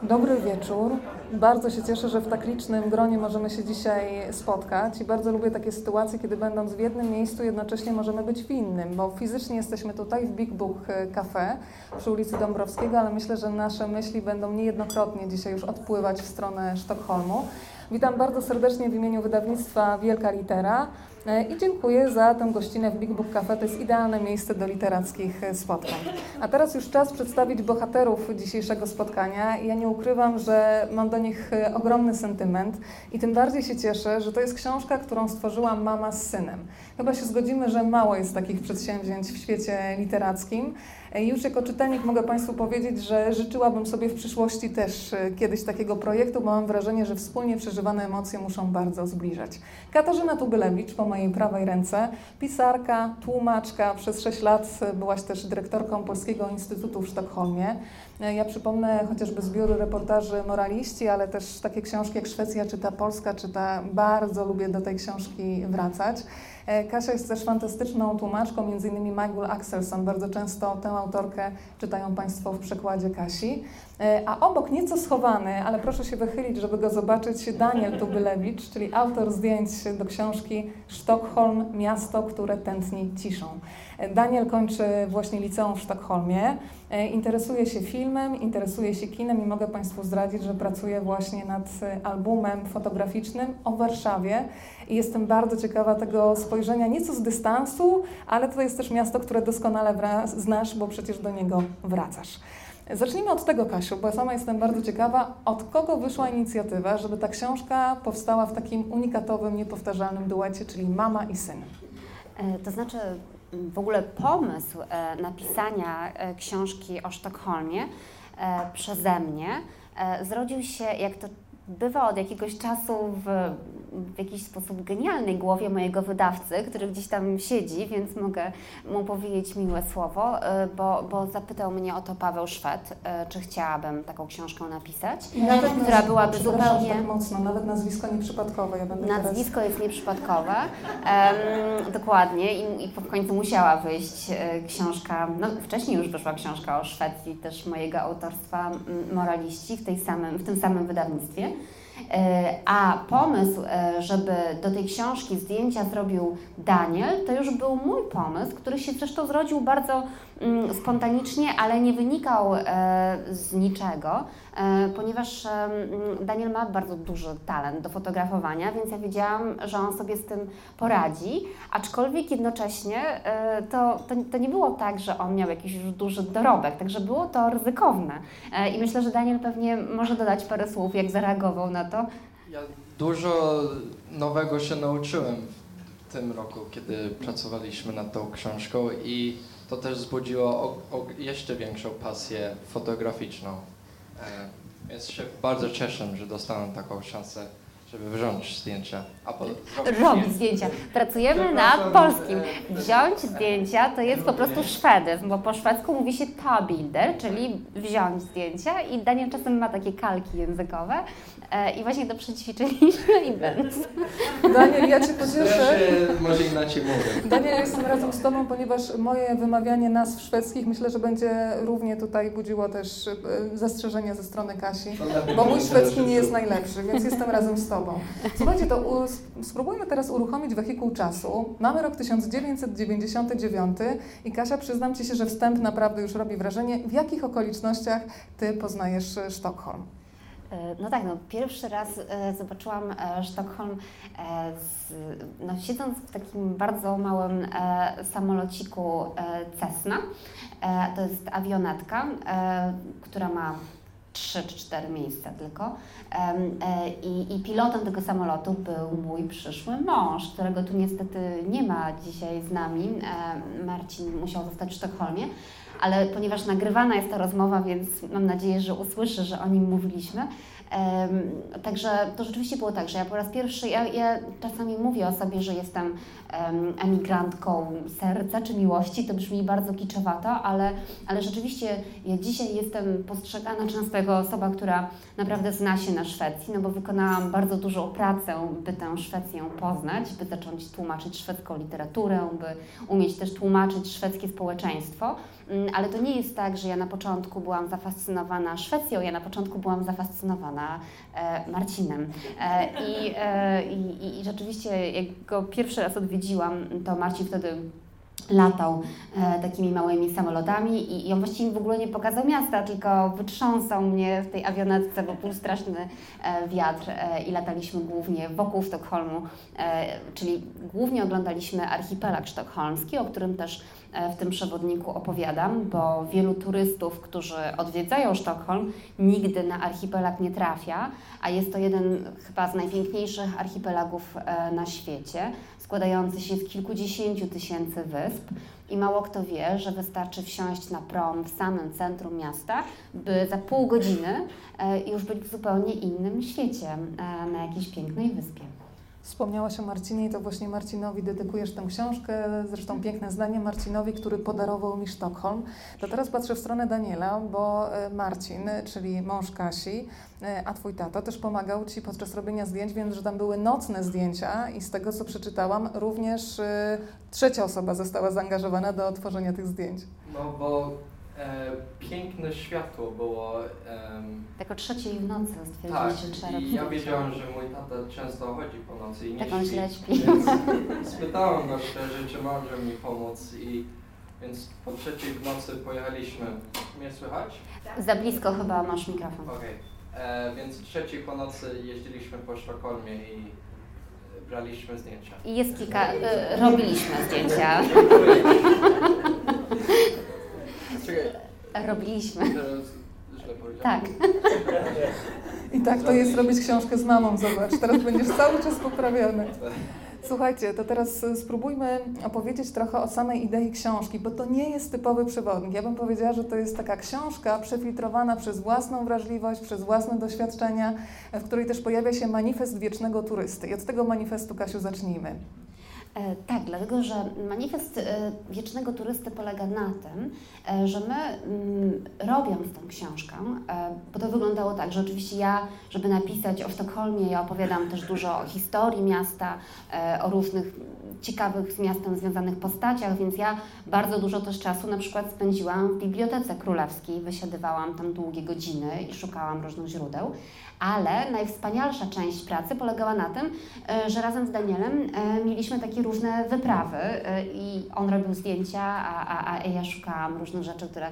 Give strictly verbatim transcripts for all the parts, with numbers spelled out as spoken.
Dobry wieczór. Bardzo się cieszę, że w tak licznym gronie możemy się dzisiaj spotkać i bardzo lubię takie sytuacje, kiedy będąc w jednym miejscu jednocześnie możemy być w innym, bo fizycznie jesteśmy tutaj w Big Book Cafe przy ulicy Dąbrowskiego, ale myślę, że nasze myśli będą niejednokrotnie dzisiaj już odpływać w stronę Sztokholmu. Witam bardzo serdecznie w imieniu wydawnictwa Wielka Litera i dziękuję za tę gościnę w Big Book Cafe. To jest idealne miejsce do literackich spotkań. A teraz już czas przedstawić bohaterów dzisiejszego spotkania. Ja nie ukrywam, że mam do nich ogromny sentyment i tym bardziej się cieszę, że to jest książka, którą stworzyła mama z synem. Chyba się zgodzimy, że mało jest takich przedsięwzięć w świecie literackim. Już jako czytelnik mogę Państwu powiedzieć, że życzyłabym sobie w przyszłości też kiedyś takiego projektu, bo mam wrażenie, że wspólnie przeżywane emocje muszą bardzo zbliżać. Katarzyna Tubylewicz po mojej prawej ręce, pisarka, tłumaczka, przez sześć lat byłaś też dyrektorką Polskiego Instytutu w Sztokholmie. Ja przypomnę chociażby zbiory reportaży Moraliści, ale też takie książki jak Szwecja czyta, Polska czyta. Bardzo lubię do tej książki wracać. Kasia jest też fantastyczną tłumaczką, między innymi Michael Axelson. Bardzo często tę autorkę czytają Państwo w przekładzie Kasi. A obok, nieco schowany, ale proszę się wychylić, żeby go zobaczyć, Daniel Tubylewicz, czyli autor zdjęć do książki Sztokholm, miasto, które tętni ciszą. Daniel kończy właśnie liceum w Sztokholmie, interesuje się filmem, interesuje się kinem i mogę Państwu zdradzić, że pracuje właśnie nad albumem fotograficznym o Warszawie i jestem bardzo ciekawa tego spojrzenia nieco z dystansu, ale to jest też miasto, które doskonale wraz, znasz, bo przecież do niego wracasz. Zacznijmy od tego, Kasiu, bo ja sama jestem bardzo ciekawa, od kogo wyszła inicjatywa, żeby ta książka powstała w takim unikatowym, niepowtarzalnym duecie, czyli mama i syn. To znaczy w ogóle pomysł napisania książki o Sztokholmie przeze mnie zrodził się, jak to bywa od jakiegoś czasu w, w jakiś sposób genialnej głowie mojego wydawcy, który gdzieś tam siedzi, więc mogę mu powiedzieć miłe słowo, bo, bo zapytał mnie o to Paweł Szwed, czy chciałabym taką książkę napisać, Nawet która nazwisko, byłaby zupełnie... tak mocno, nawet nazwisko nieprzypadkowe. Ja będę Nazwisko teraz... jest nieprzypadkowe, um, dokładnie i, i w końcu musiała wyjść książka, no wcześniej już wyszła książka o Szwecji, też mojego autorstwa Moraliści w, tej samym, w tym samym wydawnictwie. A pomysł, żeby do tej książki zdjęcia zrobił Daniel, to już był mój pomysł, który się zresztą zrodził bardzo spontanicznie, ale nie wynikał z niczego, ponieważ Daniel ma bardzo duży talent do fotografowania, więc ja wiedziałam, że on sobie z tym poradzi, aczkolwiek jednocześnie to, to, to nie było tak, że on miał jakiś już duży dorobek, także było to ryzykowne i myślę, że Daniel pewnie może dodać parę słów, jak zareagował na to. Ja dużo nowego się nauczyłem w tym roku, kiedy pracowaliśmy nad tą książką i to też wzbudziło o, o jeszcze większą pasję fotograficzną. E, więc się bardzo cieszę, że dostałem taką szansę, żeby wziąć zdjęcia. Albo robić zdjęcia. Pracujemy nad polskim. Wziąć zdjęcia to jest po prostu szwedyzm, bo po szwedzku mówi się ta bilder, czyli wziąć zdjęcia i Daniel czasem ma takie kalki językowe e, i właśnie to przećwiczyliśmy i będę. Daniel, ja Cię pocieszę. Ja może inaczej mówię. Daniel, jestem razem z Tobą, ponieważ moje wymawianie nazw szwedzkich myślę, że będzie równie tutaj budziło też zastrzeżenia ze strony Kasi, bo mój szwedzki nie jest najlepszy, więc jestem razem z Tobą. Słuchajcie, to u, spróbujmy teraz uruchomić wehikuł czasu. Mamy rok tysiąc dziewięćset dziewięćdziesiąty dziewiąty i Kasia, przyznam Ci się, że wstęp naprawdę już robi wrażenie. W jakich okolicznościach Ty poznajesz Sztokholm? No tak, no pierwszy raz e, zobaczyłam e, Sztokholm e, z, no, siedząc w takim bardzo małym e, samolociku e, Cessna. E, to jest awionetka, e, która ma trzy czy cztery miejsca tylko. I, I pilotem tego samolotu był mój przyszły mąż, którego tu niestety nie ma dzisiaj z nami. Marcin musiał zostać w Sztokholmie, ale ponieważ nagrywana jest ta rozmowa, więc mam nadzieję, że usłyszy, że o nim mówiliśmy. Um, także to rzeczywiście było tak, że ja po raz pierwszy, ja, ja czasami mówię o sobie, że jestem um, emigrantką serca czy miłości, to brzmi bardzo kiczowato, ale, ale rzeczywiście ja dzisiaj jestem postrzegana często jako osoba, która naprawdę zna się na Szwecji, no bo wykonałam bardzo dużą pracę, by tę Szwecję poznać, by zacząć tłumaczyć szwedzką literaturę, by umieć też tłumaczyć szwedzkie społeczeństwo, ale to nie jest tak, że ja na początku byłam zafascynowana Szwecją, ja na początku byłam zafascynowana e, Marcinem. E, i, e, i, I rzeczywiście, jak go pierwszy raz odwiedziłam, to Marcin wtedy latał e, takimi małymi samolotami i, i on właściwie w ogóle nie pokazał miasta, tylko wytrząsał mnie w tej awionetce, bo był straszny e, wiatr e, i lataliśmy głównie wokół Sztokholmu, e, czyli głównie oglądaliśmy archipelag sztokholmski, o którym też e, w tym przewodniku opowiadam, bo wielu turystów, którzy odwiedzają Sztokholm, nigdy na archipelag nie trafia, a jest to jeden chyba z najpiękniejszych archipelagów e, na świecie, składający się z kilkudziesięciu tysięcy wysp i mało kto wie, że wystarczy wsiąść na prom w samym centrum miasta, by za pół godziny e, już być w zupełnie innym świecie, e, na jakiejś pięknej wyspie. Wspomniałaś o Marcinie i to właśnie Marcinowi dedykujesz tę książkę, zresztą piękne zdanie Marcinowi, który podarował mi Sztokholm. To teraz patrzę w stronę Daniela, bo Marcin, czyli mąż Kasi, a twój tata też pomagał ci podczas robienia zdjęć, więc że tam były nocne zdjęcia i z tego, co przeczytałam, również trzecia osoba została zaangażowana do tworzenia tych zdjęć. No bo e, piękne światło było. Em, Tak o trzeciej w nocy tak, stwierdziliście, że trzeba i ja robić. wiedziałem, że mój tata często chodzi po nocy i nie Tak on śpi, źle śpi. więc spytałem go szczerze, czy może mi pomóc i więc po trzeciej w nocy pojechaliśmy. Mnie słychać? Za blisko chyba masz mikrofon. Okej. E, Więc trzeciej po nocy jeździliśmy po Sztokholmie i e, braliśmy zdjęcia. I jest kilka, y, robiliśmy zdjęcia. Czekaj, Robiliśmy. teraz źle powiedziałem. Tak. I tak to jest robić książkę z mamą, zobacz, teraz będziesz cały czas poprawiony. Słuchajcie, to teraz spróbujmy opowiedzieć trochę o samej idei książki, bo to nie jest typowy przewodnik. Ja bym powiedziała, że to jest taka książka przefiltrowana przez własną wrażliwość, przez własne doświadczenia, w której też pojawia się manifest wiecznego turysty. I od tego manifestu, Kasiu, zacznijmy. E, tak, dlatego że manifest e, wiecznego turysty polega na tym, e, że my mm, robiąc tę książkę, e, bo to wyglądało tak, że oczywiście ja, żeby napisać o Sztokholmie, ja opowiadam też dużo o historii miasta, e, o różnych ciekawych z miastem związanych postaciach, więc ja bardzo dużo też czasu na przykład spędziłam w Bibliotece Królewskiej, wysiadywałam tam długie godziny i szukałam różnych źródeł. Ale najwspanialsza część pracy polegała na tym, że razem z Danielem mieliśmy takie różne wyprawy i on robił zdjęcia, a, a, a ja szukałam różnych rzeczy, które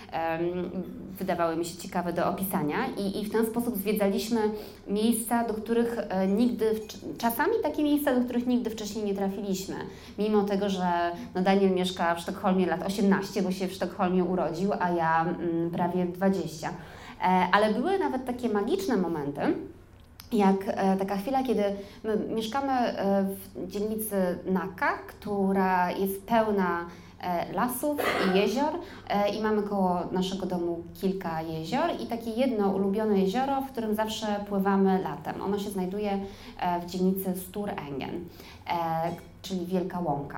um, wydawały mi się ciekawe do opisania i, i w ten sposób zwiedzaliśmy miejsca, do których nigdy, czasami takie miejsca, do których nigdy wcześniej nie trafiliśmy. Mimo tego, że no Daniel mieszka w Sztokholmie lat osiemnaście, bo się w Sztokholmie urodził, a ja mm, prawie dwadzieścia. Ale były nawet takie magiczne momenty, jak taka chwila, kiedy my mieszkamy w dzielnicy Nacka, która jest pełna lasów i jezior i mamy koło naszego domu kilka jezior i takie jedno ulubione jezioro, w którym zawsze pływamy latem. Ono się znajduje w dzielnicy Stor-Engen, czyli Wielka Łąka.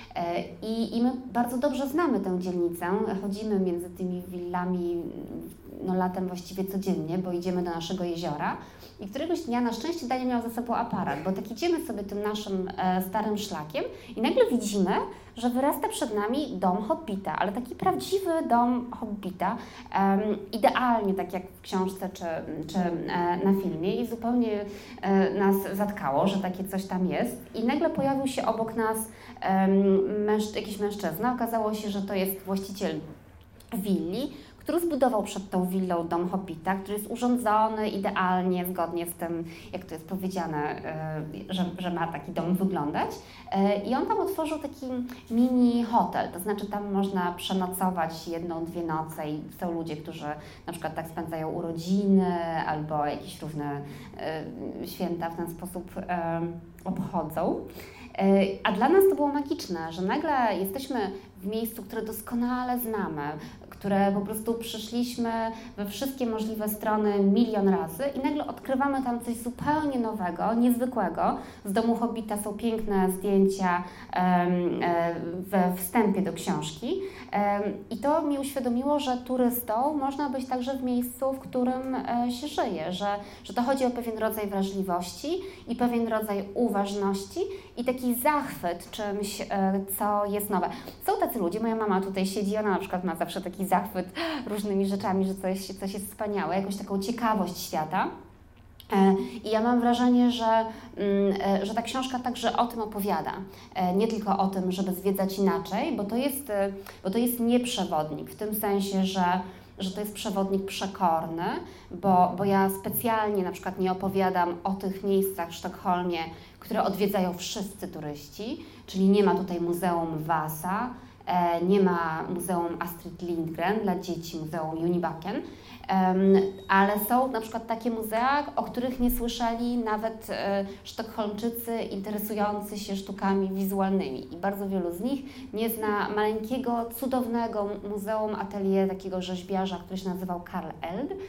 I, I my bardzo dobrze znamy tę dzielnicę, chodzimy między tymi willami no, latem właściwie codziennie, bo idziemy do naszego jeziora i któregoś dnia na szczęście Daniel miał ze sobą aparat, bo tak idziemy sobie tym naszym e, starym szlakiem i nagle widzimy, że wyrasta przed nami dom hobbita, ale taki prawdziwy dom hobbita, um, idealnie tak jak w książce czy, czy e, na filmie i zupełnie e, nas zatkało, że takie coś tam jest i nagle pojawił się obok nas um, męż, jakiś mężczyzna, okazało się, że to jest właściciel willi, który zbudował przed tą willą dom hobbita, który jest urządzony idealnie, zgodnie z tym, jak to jest powiedziane, że, że ma taki dom wyglądać. I on tam otworzył taki mini hotel, to znaczy tam można przenocować jedną, dwie noce i są ludzie, którzy na przykład tak spędzają urodziny albo jakieś różne święta w ten sposób obchodzą. A dla nas to było magiczne, że nagle jesteśmy w miejscu, które doskonale znamy, które po prostu przyszliśmy we wszystkie możliwe strony milion razy i nagle odkrywamy tam coś zupełnie nowego, niezwykłego. Z domu hobbita są piękne zdjęcia um, we wstępie do książki um, i to mi uświadomiło, że turystą można być także w miejscu, w którym e, się żyje, że, że to chodzi o pewien rodzaj wrażliwości i pewien rodzaj uważności i taki zachwyt czymś, e, co jest nowe. Są tacy tacy ludzie. Moja mama tutaj siedzi, ona na przykład ma zawsze taki zachwyt różnymi rzeczami, że coś, coś jest wspaniałe, jakąś taką ciekawość świata. I ja mam wrażenie, że, że ta książka także o tym opowiada. Nie tylko o tym, żeby zwiedzać inaczej, bo to jest, bo to jest nie przewodnik, w tym sensie, że, że to jest przewodnik przekorny, bo, bo ja specjalnie na przykład nie opowiadam o tych miejscach w Sztokholmie, które odwiedzają wszyscy turyści, czyli nie ma tutaj Muzeum Wasa, nie ma Muzeum Astrid Lindgren dla dzieci, Muzeum Junibacken, Um, ale są na przykład takie muzea, o których nie słyszeli nawet e, Sztokholmczycy interesujący się sztukami wizualnymi i bardzo wielu z nich nie zna maleńkiego, cudownego muzeum atelier takiego rzeźbiarza, który się nazywał Karl Eld, um,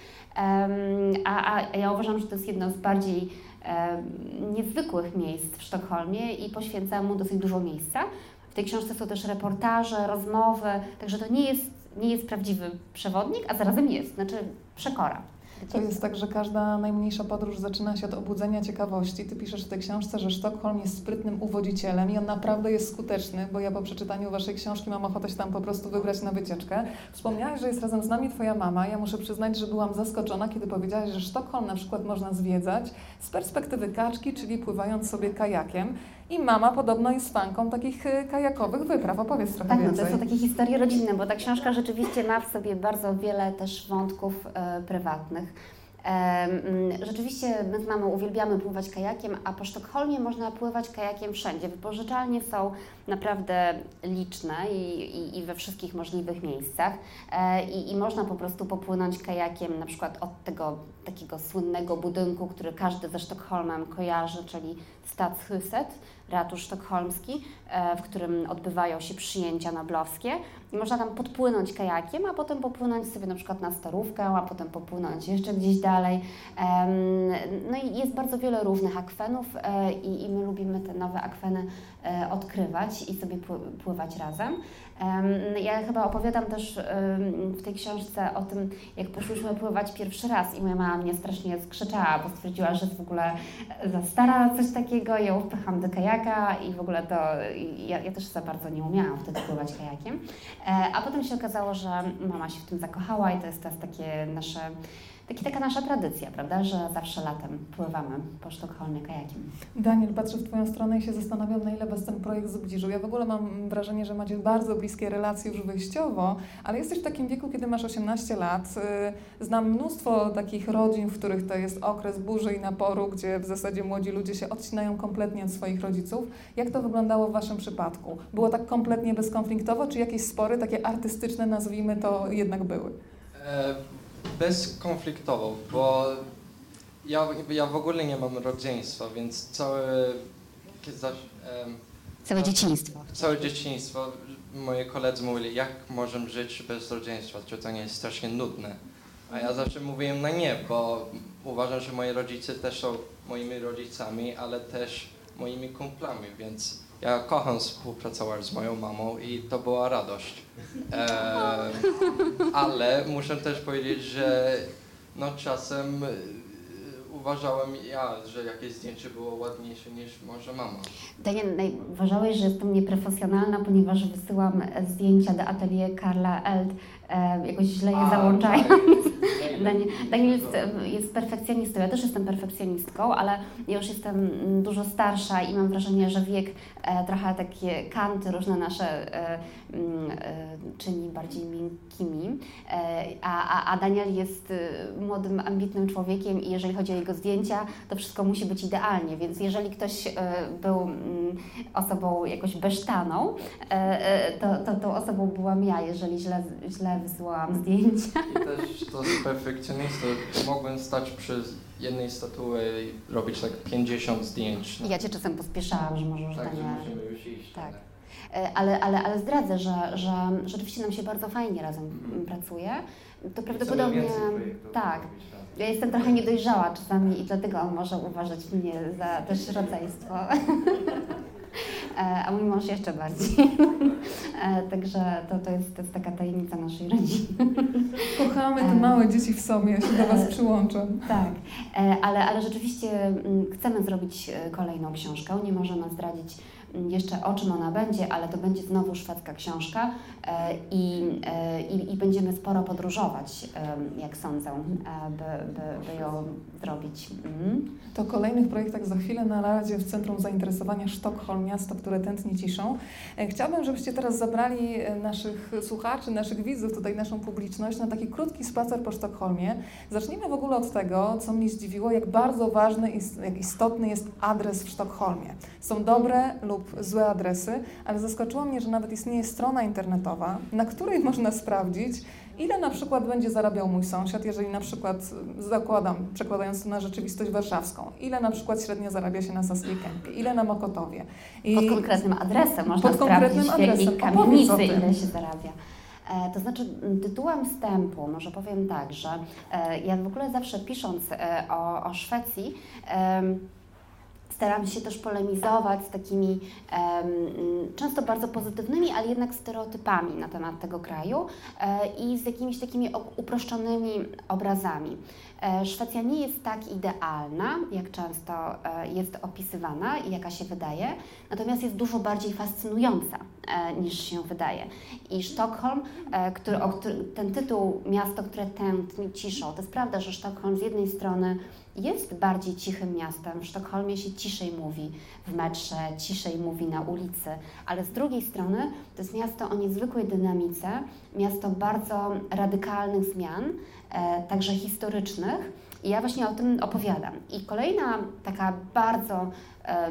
a, a ja uważam, że to jest jedno z bardziej um, niezwykłych miejsc w Sztokholmie i poświęcam mu dosyć dużo miejsca. W tej książce są też reportaże, rozmowy, także to nie jest nie jest prawdziwy przewodnik, a zarazem jest, znaczy przekora. To jest tak, że każda najmniejsza podróż zaczyna się od obudzenia ciekawości. Ty piszesz w tej książce, że Sztokholm jest sprytnym uwodzicielem i on naprawdę jest skuteczny, bo ja po przeczytaniu waszej książki mam ochotę się tam po prostu wybrać na wycieczkę. Wspomniałaś, że jest razem z nami twoja mama. Ja muszę przyznać, że byłam zaskoczona, kiedy powiedziałaś, że Sztokholm na przykład można zwiedzać z perspektywy kaczki, czyli pływając sobie kajakiem. I mama podobno jest fanką takich kajakowych wypraw. Opowiedz trochę tak, więcej. Tak, no to są takie historie rodzinne, bo ta książka rzeczywiście ma w sobie bardzo wiele też wątków e, prywatnych. E, rzeczywiście my z mamą uwielbiamy pływać kajakiem, a po Sztokholmie można pływać kajakiem wszędzie. Wypożyczalnie są naprawdę liczne i, i, i we wszystkich możliwych miejscach e, i, i można po prostu popłynąć kajakiem na przykład od tego takiego słynnego budynku, który każdy ze Sztokholmem kojarzy, czyli Stadshuset, ratusz sztokholmski, w którym odbywają się przyjęcia noblowskie i można tam podpłynąć kajakiem, a potem popłynąć sobie na przykład na Starówkę, a potem popłynąć jeszcze gdzieś dalej. No i jest bardzo wiele różnych akwenów i, i my lubimy te nowe akweny odkrywać i sobie pływać razem. Ja chyba opowiadam też w tej książce o tym, jak poszłyśmy pływać pierwszy raz i moja mama mnie strasznie skrzyczała, bo stwierdziła, że jest w ogóle za stara na coś takiego, ją wpycham do kajaka i w ogóle to ja, ja też za bardzo nie umiałam wtedy pływać kajakiem. A potem się okazało, że mama się w tym zakochała i to jest teraz takie nasze Taki, taka nasza tradycja, prawda, że zawsze latem pływamy po Sztokholmie kajakiem. Daniel, patrzę w twoją stronę i się zastanawiam, na ile was ten projekt zbliżył. Ja w ogóle mam wrażenie, że macie bardzo bliskie relacje już wyjściowo, ale jesteś w takim wieku, kiedy masz osiemnaście lat. Znam mnóstwo takich rodzin, w których to jest okres burzy i naporu, gdzie w zasadzie młodzi ludzie się odcinają kompletnie od swoich rodziców. Jak to wyglądało w waszym przypadku? Było tak kompletnie bezkonfliktowo, czy jakieś spory, takie artystyczne, nazwijmy to, jednak były? E Bezkonfliktowo, bo ja, ja w ogóle nie mam rodzeństwa, więc całe, całe dzieciństwo. Całe dzieciństwo moi koledzy mówili, jak możemy żyć bez rodzeństwa, czy to nie jest strasznie nudne. A ja zawsze mówiłem na nie, bo uważam, że moi rodzice też są moimi rodzicami, ale też moimi kumplami, więc ja kocham współpracować z moją mamą i to była radość. E, ale muszę też powiedzieć, że no czasem e, uważałem ja, że jakieś zdjęcie było ładniejsze niż może mama. Daniel, uważałeś, że jestem nieprofesjonalna, ponieważ wysyłam zdjęcia do atelier Karla Eld, e, jakoś źle je załączając. Tak. Daniel, Daniel jest, jest perfekcjonistą, ja też jestem perfekcjonistką, ale ja już jestem dużo starsza i mam wrażenie, że wiek e, trochę takie kanty różne nasze e, e, czyni bardziej miękkimi, e, a, a Daniel jest młodym, ambitnym człowiekiem i jeżeli chodzi o jego zdjęcia, to wszystko musi być idealnie, więc jeżeli ktoś e, był m, osobą jakoś besztaną, e, e, to, to tą osobą byłam ja, jeżeli źle, źle wysyłałam zdjęcia. I też to z perfekcjonistą mogłem stać przy jednej statue i robić tak pięćdziesiąt zdjęć. Ja Cię czasem pospieszałam, że może już tak, Daniel... musimy już iść. Tak. Ale, ale, ale zdradzę, że, że rzeczywiście nam się bardzo fajnie razem mm. pracuje. To prawdopodobnie... Tak. Ja jestem trochę niedojrzała czasami i dlatego on może uważać mnie za też rodzeństwo. A mój mąż jeszcze bardziej. Także to, to, jest, to jest taka tajemnica naszej rodziny. Kochamy te małe dzieci w sobie, ja się do was przyłączę. Tak, ale, ale rzeczywiście chcemy zrobić kolejną książkę. Nie możemy zdradzić jeszcze o czym ona będzie, ale to będzie znowu szwedzka książka i, i, i będziemy sporo podróżować, jak sądzę, by, by, by ją zrobić. Mhm. To o kolejnych projektach za chwilę. Na razie w Centrum Zainteresowania Sztokholm, miasto, które tętni ciszą. Chciałabym, żebyście teraz zabrali naszych słuchaczy, naszych widzów, tutaj naszą publiczność na taki krótki spacer po Sztokholmie. Zacznijmy w ogóle od tego, co mnie zdziwiło, jak bardzo ważny i jak istotny jest adres w Sztokholmie. Są dobre lub złe adresy, ale zaskoczyło mnie, że nawet istnieje strona internetowa, na której można sprawdzić, ile na przykład będzie zarabiał mój sąsiad, jeżeli na przykład, zakładam, przekładając to na rzeczywistość warszawską, ile na przykład średnio zarabia się na Saskiej Kępie, ile na Mokotowie. I pod konkretnym adresem można pod konkretnym sprawdzić adresem. w jakiej kamienicy, ile się zarabia. E, to znaczy tytułem wstępu może powiem tak, że e, ja w ogóle zawsze pisząc e, o, o Szwecji, e, staram się też polemizować z takimi um, często bardzo pozytywnymi, ale jednak stereotypami na temat tego kraju e, i z jakimiś takimi uproszczonymi obrazami. E, Szwecja nie jest tak idealna, jak często e, jest opisywana i jaka się wydaje, natomiast jest dużo bardziej fascynująca e, niż się wydaje. I Sztokholm, e, który, o który, ten tytuł Miasto, które tętni ciszą, to jest prawda, że Sztokholm z jednej strony jest bardziej cichym miastem. W Sztokholmie się ciszej mówi w metrze, ciszej mówi na ulicy, ale z drugiej strony to jest miasto o niezwykłej dynamice, miasto bardzo radykalnych zmian, e, także historycznych i ja właśnie o tym opowiadam. I kolejna taka bardzo e,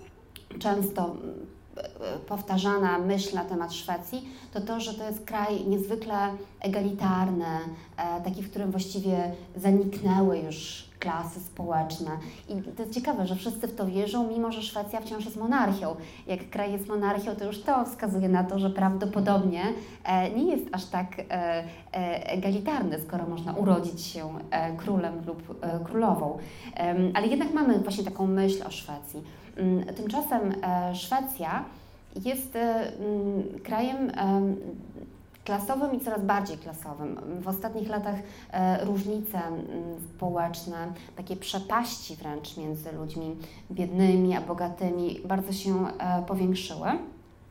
często powtarzana myśl na temat Szwecji, to to, że to jest kraj niezwykle egalitarny, e, taki, w którym właściwie zaniknęły już klasy społeczne. I to jest ciekawe, że wszyscy w to wierzą, mimo że Szwecja wciąż jest monarchią. Jak kraj jest monarchią, to już to wskazuje na to, że prawdopodobnie e, nie jest aż tak e, e, egalitarny, skoro można urodzić się e, królem lub e, królową. E, ale jednak mamy właśnie taką myśl o Szwecji. E, tymczasem e, Szwecja jest e, krajem e, klasowym i coraz bardziej klasowym. W ostatnich latach e, różnice m, społeczne, takie przepaści wręcz między ludźmi biednymi a bogatymi bardzo się e, powiększyły. E,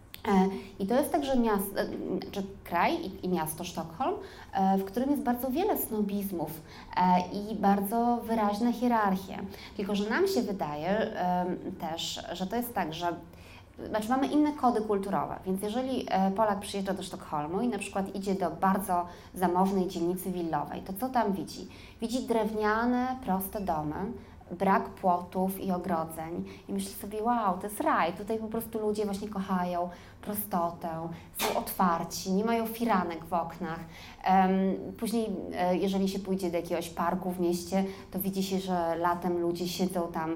I to jest także miasto, e, czy kraj i, i miasto Sztokholm, e, w którym jest bardzo wiele snobizmów e, i bardzo wyraźne hierarchie. Tylko że nam się wydaje e, też, że to jest tak, że Znaczy mamy inne kody kulturowe, więc jeżeli Polak przyjeżdża do Sztokholmu i na przykład idzie do bardzo zamożnej dzielnicy willowej, to co tam widzi? Widzi drewniane, proste domy, brak płotów i ogrodzeń i myśli sobie, wow, to jest raj, tutaj po prostu ludzie właśnie kochają prostotę, są otwarci, nie mają firanek w oknach. Później, jeżeli się pójdzie do jakiegoś parku w mieście, to widzi się, że latem ludzie siedzą tam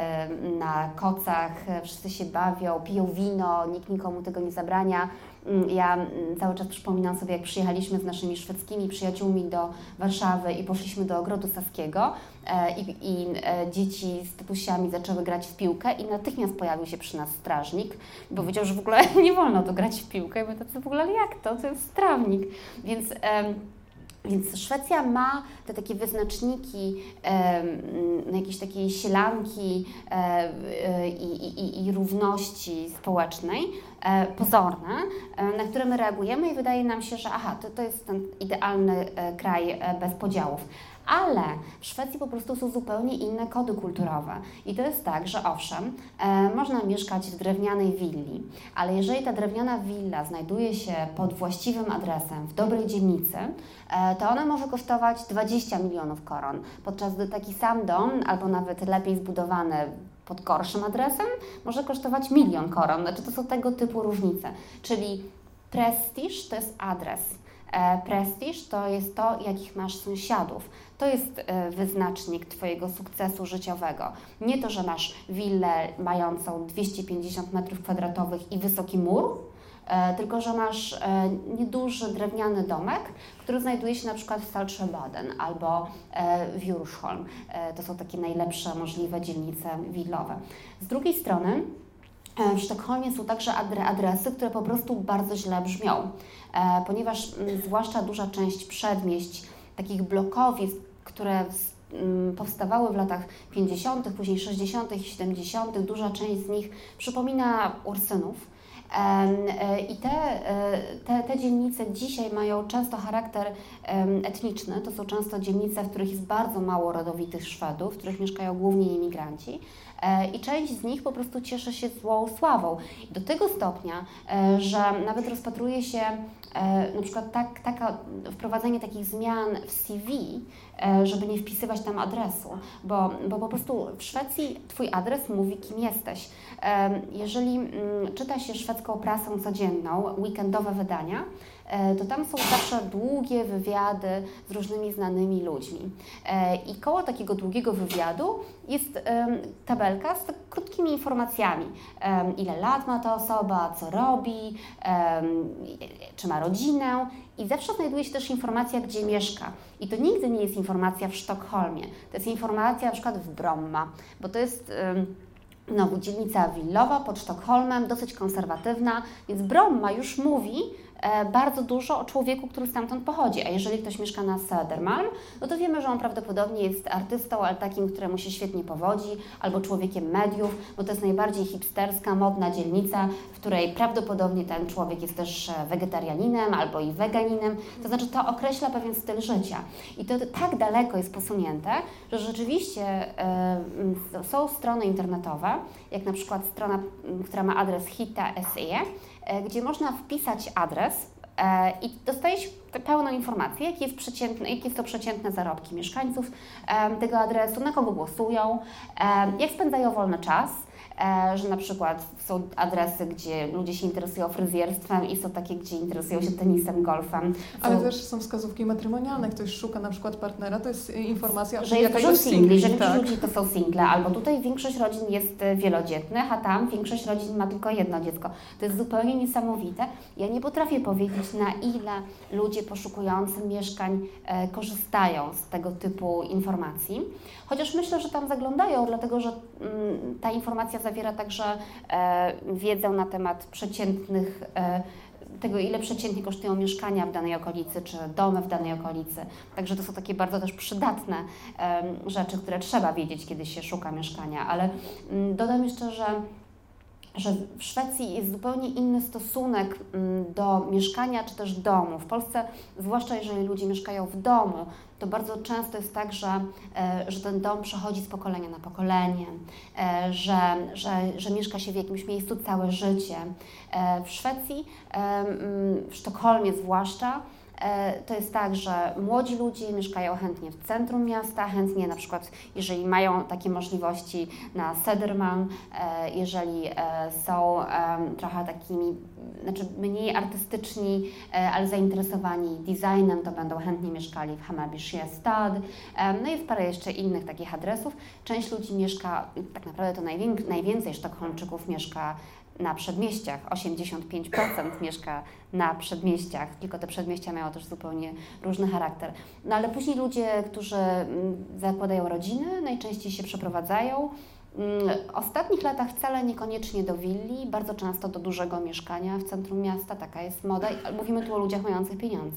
na kocach, wszyscy się bawią, piją wino, nikt nikomu tego nie zabrania. Ja cały czas przypominam sobie, jak przyjechaliśmy z naszymi szwedzkimi przyjaciółmi do Warszawy i poszliśmy do Ogrodu Saskiego i, i dzieci z tatusiami zaczęły grać w piłkę i natychmiast pojawił się przy nas strażnik, bo wiedział, że w ogóle nie wolno tu grać w piłkę. I my tacy w ogóle, ale jak to? To jest trawnik. Więc... Um, Więc Szwecja ma te takie wyznaczniki, e, jakiejś takiej sielanki e, i, i, i równości społecznej, e, pozorne, e, na które my reagujemy i wydaje nam się, że aha, to, to jest ten idealny e, kraj e, bez podziałów. Ale w Szwecji po prostu są zupełnie inne kody kulturowe. I to jest tak, że owszem, e, można mieszkać w drewnianej willi, ale jeżeli ta drewniana willa znajduje się pod właściwym adresem, w dobrej dzielnicy, e, to ona może kosztować dwadzieścia milionów koron, podczas gdy taki sam dom, albo nawet lepiej zbudowany pod gorszym adresem, może kosztować milion koron. Znaczy to są tego typu różnice. Czyli prestiż to jest adres. Prestiż to jest to, jakich masz sąsiadów. To jest wyznacznik Twojego sukcesu życiowego. Nie to, że masz willę mającą dwieście pięćdziesiąt metrów kwadratowych i wysoki mur, tylko że masz nieduży drewniany domek, który znajduje się na przykład w Saltsjöbaden albo w Djursholm. To są takie najlepsze możliwe dzielnice willowe. Z drugiej strony w Sztokholmie są także adresy, które po prostu bardzo źle brzmią, ponieważ zwłaszcza duża część przedmieść, takich blokowisk, które powstawały w latach pięćdziesiątych, później sześćdziesiątych i siedemdziesiątych. Duża część z nich przypomina Ursynów. I te, te, te dzielnice dzisiaj mają często charakter etniczny. To są często dzielnice, w których jest bardzo mało rodowitych Szwedów, w których mieszkają głównie imigranci. I część z nich po prostu cieszy się złą sławą. Do tego stopnia, że nawet rozpatruje się na przykład tak, taka, wprowadzenie takich zmian w C V, żeby nie wpisywać tam adresu, bo, bo po prostu w Szwecji Twój adres mówi, kim jesteś. Jeżeli czyta się szwedzką prasę codzienną, weekendowe wydania, to tam są zawsze długie wywiady z różnymi znanymi ludźmi. I koło takiego długiego wywiadu jest tabelka z tak krótkimi informacjami. Ile lat ma ta osoba, co robi, czy ma rodzinę. I zawsze znajduje się też informacja, gdzie mieszka. I to nigdy nie jest informacja w Sztokholmie. To jest informacja na przykład w Bromma, bo to jest znowu dzielnica willowa pod Sztokholmem, dosyć konserwatywna, więc Bromma już mówi bardzo dużo o człowieku, który stamtąd pochodzi. A jeżeli ktoś mieszka na Södermalm, no to wiemy, że on prawdopodobnie jest artystą, ale takim, któremu się świetnie powodzi, albo człowiekiem mediów, bo to jest najbardziej hipsterska, modna dzielnica, w której prawdopodobnie ten człowiek jest też wegetarianinem albo i weganinem. To znaczy, to określa pewien styl życia. I to tak daleko jest posunięte, że rzeczywiście y, są strony internetowe, jak na przykład strona, która ma adres hita kropka se, gdzie można wpisać adres e, i dostajesz pełną informację, jakie jest, przeciętne, jakie są przeciętne zarobki mieszkańców e, tego adresu, na kogo głosują, e, jak spędzają wolny czas, e, że na przykład są adresy, gdzie ludzie się interesują fryzjerstwem i są takie, gdzie interesują się tenisem, golfem. Ale są, też są wskazówki matrymonialne, ktoś szuka na przykład partnera, to jest informacja, że jest dużo jakiegoś singli, że tak. większość ludzi to są single, albo tutaj większość rodzin jest wielodzietnych, a tam większość rodzin ma tylko jedno dziecko. To jest zupełnie niesamowite. Ja nie potrafię powiedzieć, na ile ludzie poszukujący mieszkań e, korzystają z tego typu informacji, chociaż myślę, że tam zaglądają, dlatego że mm, ta informacja zawiera także e, wiedzę na temat przeciętnych e, tego, ile przeciętnie kosztują mieszkania w danej okolicy, czy domy w danej okolicy. Także to są takie bardzo też przydatne um, rzeczy, które trzeba wiedzieć, kiedy się szuka mieszkania. Ale um, dodam jeszcze, że że w Szwecji jest zupełnie inny stosunek do mieszkania czy też domu. W Polsce, zwłaszcza jeżeli ludzie mieszkają w domu, to bardzo często jest tak, że, że ten dom przechodzi z pokolenia na pokolenie, że, że, że mieszka się w jakimś miejscu całe życie. W Szwecji, w Sztokholmie zwłaszcza, to jest tak, że młodzi ludzie mieszkają chętnie w centrum miasta, chętnie na przykład, jeżeli mają takie możliwości na Södermalm, jeżeli są trochę takimi, znaczy mniej artystyczni, ale zainteresowani designem, to będą chętnie mieszkali w Hammarby Stad. No i jest parę jeszcze innych takich adresów. Część ludzi mieszka, tak naprawdę to najwię- najwięcej Sztokholmczyków mieszka na przedmieściach, osiemdziesiąt pięć procent mieszka na przedmieściach, tylko te przedmieścia mają też zupełnie różny charakter. No ale później ludzie, którzy zakładają rodziny, najczęściej się przeprowadzają. W ostatnich latach wcale niekoniecznie do willi, bardzo często do dużego mieszkania w centrum miasta, taka jest moda. Mówimy tu o ludziach mających pieniądze.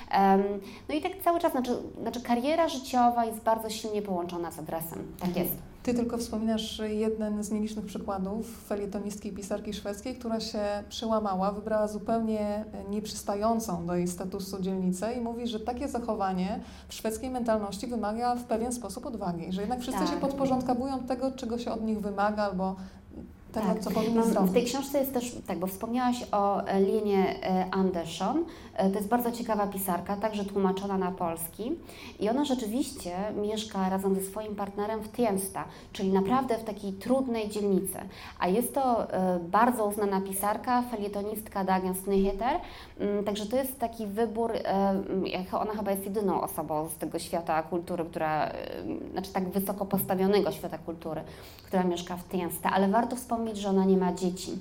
No i tak cały czas, znaczy, znaczy kariera życiowa jest bardzo silnie połączona z adresem, tak jest. Ty tylko wspominasz jeden z nielicznych przykładów felietonistki i pisarki szwedzkiej, która się przełamała, wybrała zupełnie nieprzystającą do jej statusu dzielnicę i mówi, że takie zachowanie w szwedzkiej mentalności wymaga w pewien sposób odwagi, że jednak wszyscy Tak. się podporządkowują tego, czego się od nich wymaga, albo tego, Tak. co powinni Mam, zrobić. w tej książce jest też, tak, bo wspomniałaś o Lenie Andersson. To jest bardzo ciekawa pisarka, także tłumaczona na polski. I ona rzeczywiście mieszka razem ze swoim partnerem w Tensta, czyli naprawdę w takiej trudnej dzielnicy. A jest to bardzo uznana pisarka, felietonistka Dagens Nyheter. Także to jest taki wybór, ona chyba jest jedyną osobą z tego świata kultury, która, znaczy tak wysoko postawionego świata kultury, która mieszka w Tensta. Ale warto wspomnieć, że ona nie ma dzieci.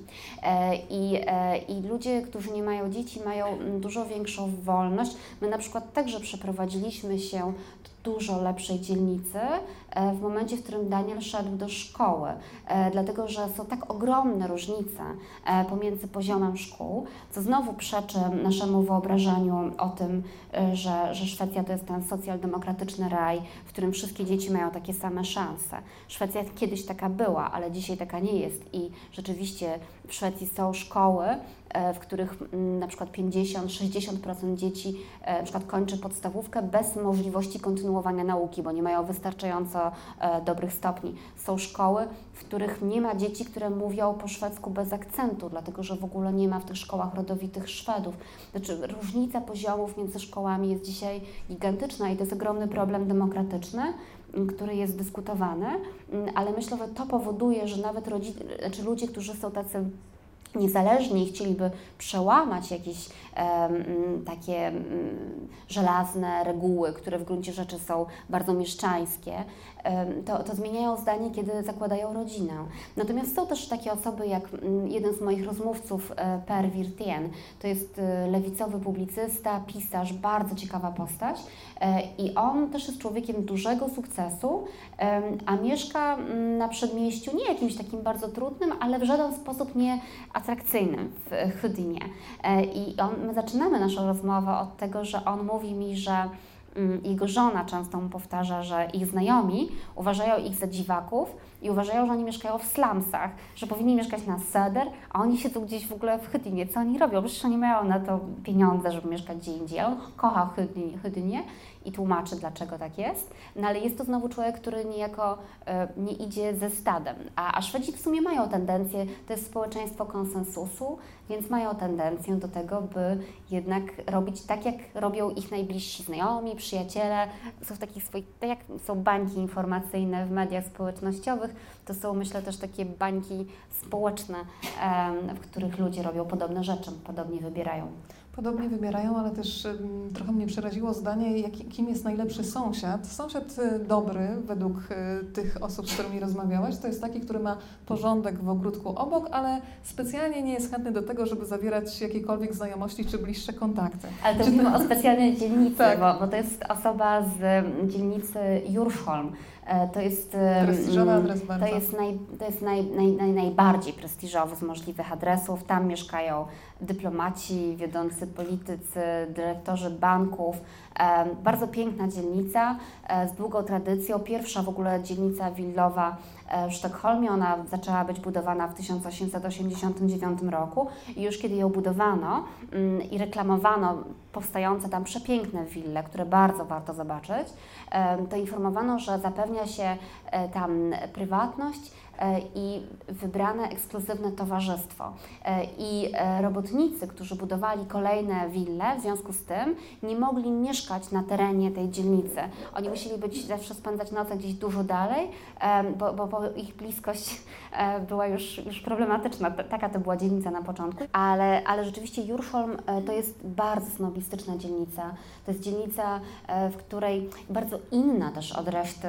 I, i ludzie, którzy nie mają dzieci, mają dużo większą wolność. My na przykład także przeprowadziliśmy się dużo lepszej dzielnicy w momencie, w którym Daniel szedł do szkoły, dlatego że są tak ogromne różnice pomiędzy poziomem szkół, co znowu przeczy naszemu wyobrażeniu o tym, że, że Szwecja to jest ten socjaldemokratyczny raj, w którym wszystkie dzieci mają takie same szanse. Szwecja kiedyś taka była, ale dzisiaj taka nie jest i rzeczywiście w Szwecji są szkoły, w których na przykład pięćdziesiąt do sześćdziesięciu procent dzieci na przykład kończy podstawówkę bez możliwości kontynuowania nauki, bo nie mają wystarczająco dobrych stopni. Są szkoły, w których nie ma dzieci, które mówią po szwedzku bez akcentu, dlatego że w ogóle nie ma w tych szkołach rodowitych Szwedów. Znaczy różnica poziomów między szkołami jest dzisiaj gigantyczna i to jest ogromny problem demokratyczny, który jest dyskutowany, ale myślę, że to powoduje, że nawet rodzi- znaczy ludzie, którzy są tacy niezależni i chcieliby przełamać jakieś um, takie um, żelazne reguły, które w gruncie rzeczy są bardzo mieszczańskie, um, to, to zmieniają zdanie, kiedy zakładają rodzinę. Natomiast są też takie osoby jak um, jeden z moich rozmówców, e, Per Wirtien, to jest e, lewicowy publicysta, pisarz, bardzo ciekawa postać e, i on też jest człowiekiem dużego sukcesu, e, a mieszka m, na przedmieściu, nie jakimś takim bardzo trudnym, ale w żaden sposób nie atrakcyjnym w Hudynie. I on, my zaczynamy naszą rozmowę od tego, że on mówi mi, że um, jego żona często mu powtarza, że ich znajomi uważają ich za dziwaków i uważają, że oni mieszkają w slumsach, że powinni mieszkać na Söder, a oni siedzą gdzieś w ogóle w Hudynie. Co oni robią? Przecież oni mają na to pieniądze, żeby mieszkać gdzie indziej. A on kocha Hudynię i tłumaczy, dlaczego tak jest. No ale jest to znowu człowiek, który niejako e, nie idzie ze stadem. A, a Szwedzi w sumie mają tendencję, to jest społeczeństwo konsensusu, więc mają tendencję do tego, by jednak robić tak, jak robią ich najbliżsi znajomi, przyjaciele. Są w takich swoich, tak jak są bańki informacyjne w mediach społecznościowych, to są, myślę, też takie bańki społeczne, e, w których ludzie robią podobne rzeczy, podobnie wybierają. Podobnie wybierają, ale też um, trochę mnie przeraziło zdanie, jak, kim jest najlepszy sąsiad. Sąsiad y, dobry, według y, tych osób, z którymi rozmawiałaś, to jest taki, który ma porządek w ogródku obok, ale specjalnie nie jest chętny do tego, żeby zawierać jakiekolwiek znajomości czy bliższe kontakty. Ale to Czy mówimy to... o specjalnej dzielnicy, tak. bo, bo to jest osoba z dzielnicy Djursholm. To jest, prestiżowy adres bardzo. To jest, naj, to jest naj, naj, naj, najbardziej prestiżowy z możliwych adresów. Tam mieszkają dyplomaci, wiodący politycy, dyrektorzy banków. Bardzo piękna dzielnica z długą tradycją. Pierwsza w ogóle dzielnica willowa w Sztokholmie. Ona zaczęła być budowana w tysiąc osiemset osiemdziesiątym dziewiątym roku i już kiedy ją budowano i reklamowano powstające tam przepiękne wille, które bardzo warto zobaczyć, to informowano, że zapewnia się tam prywatność i wybrane ekskluzywne towarzystwo. I robotnicy, którzy budowali kolejne wille, w związku z tym nie mogli mieszkać na terenie tej dzielnicy. Oni musieli być zawsze spędzać noce gdzieś dużo dalej, bo, bo, bo ich bliskość była już, już problematyczna. Taka to była dzielnica na początku. Ale, ale rzeczywiście Djursholm to jest bardzo snobistyczna dzielnica. To jest dzielnica, w której bardzo inna też od reszty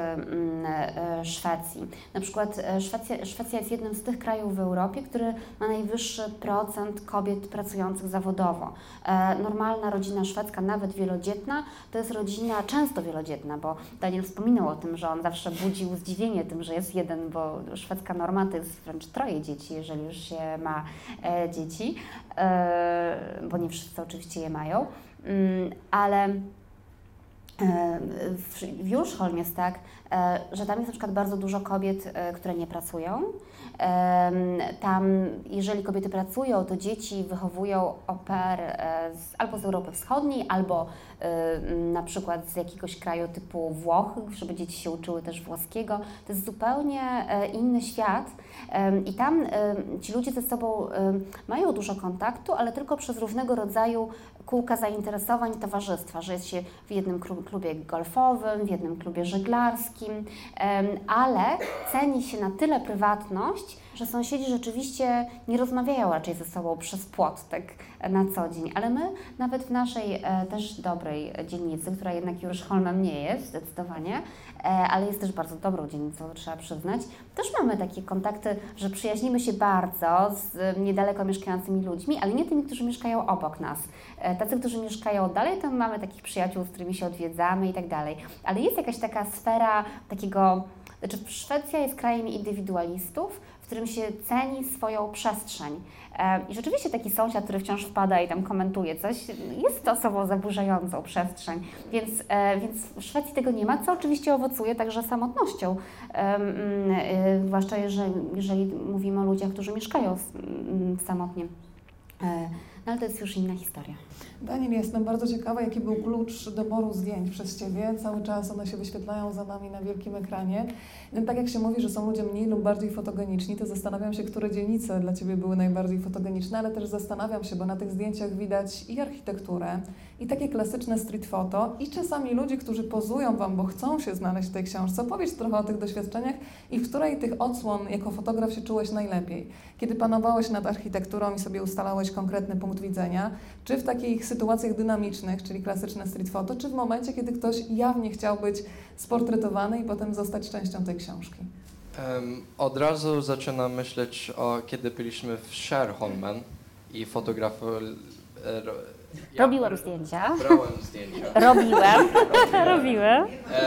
Szwecji. Na przykład Szwecja, Szwecja jest jednym z tych krajów w Europie, który ma najwyższy procent kobiet pracujących zawodowo. Normalna rodzina szwedzka, nawet wielodzietna, to jest rodzina często wielodzietna, bo Daniel wspominał o tym, że on zawsze budził zdziwienie tym, że jest jeden, bo szwedzka norma to jest wręcz troje dzieci, jeżeli już się ma e, dzieci, e, bo nie wszyscy oczywiście je mają, mm, ale w Djursholm jest tak, że tam jest na przykład bardzo dużo kobiet, które nie pracują. Tam, jeżeli kobiety pracują, to dzieci wychowują au pair z, albo z Europy Wschodniej, albo na przykład z jakiegoś kraju typu Włochy, żeby dzieci się uczyły też włoskiego. To jest zupełnie inny świat i tam ci ludzie ze sobą mają dużo kontaktu, ale tylko przez różnego rodzaju kółka zainteresowań towarzystwa, że jest się w jednym klubie golfowym, w jednym klubie żeglarskim, ale ceni się na tyle prywatność, że że sąsiedzi rzeczywiście nie rozmawiają raczej ze sobą przez płot tak na co dzień, ale my nawet w naszej e, też dobrej dzielnicy, która jednak Juryszholmem nie jest zdecydowanie, e, ale jest też bardzo dobrą dzielnicą, trzeba przyznać, też mamy takie kontakty, że przyjaźnimy się bardzo z e, niedaleko mieszkającymi ludźmi, ale nie tymi, którzy mieszkają obok nas. E, tacy, którzy mieszkają dalej, to mamy takich przyjaciół, z którymi się odwiedzamy i tak dalej. Ale jest jakaś taka sfera takiego, znaczy Szwecja jest krajem indywidualistów, w którym się ceni swoją przestrzeń. E, I rzeczywiście taki sąsiad, który wciąż wpada i tam komentuje coś, jest osobą zaburzającą przestrzeń. Więc, e, więc w Szwecji tego nie ma, co oczywiście owocuje także samotnością. E, e, zwłaszcza jeżeli, jeżeli mówimy o ludziach, którzy mieszkają s, m, samotnie. E, no ale to jest już inna historia. Daniel, jestem bardzo ciekawa, jaki był klucz doboru zdjęć przez Ciebie. Cały czas one się wyświetlają za nami na wielkim ekranie. Tak jak się mówi, że są ludzie mniej lub bardziej fotogeniczni, to zastanawiam się, które dzielnice dla Ciebie były najbardziej fotogeniczne, ale też zastanawiam się, bo na tych zdjęciach widać i architekturę, i takie klasyczne street photo, i czasami ludzi, którzy pozują Wam, bo chcą się znaleźć w tej książce. Opowiedz trochę o tych doświadczeniach i w której tych odsłon jako fotograf się czułeś najlepiej. Kiedy panowałeś nad architekturą i sobie ustalałeś konkretny punkt widzenia, czy w takich sytuacjach dynamicznych, czyli klasyczne street photo, czy w momencie, kiedy ktoś jawnie chciał być sportretowany i potem zostać częścią tej książki? Um, od razu zaczynam myśleć o kiedy byliśmy w Skärholmen i fotograf... E, ro, ja Robiłam zdjęcia. Brałem zdjęcia. Robiłem. Robiłem.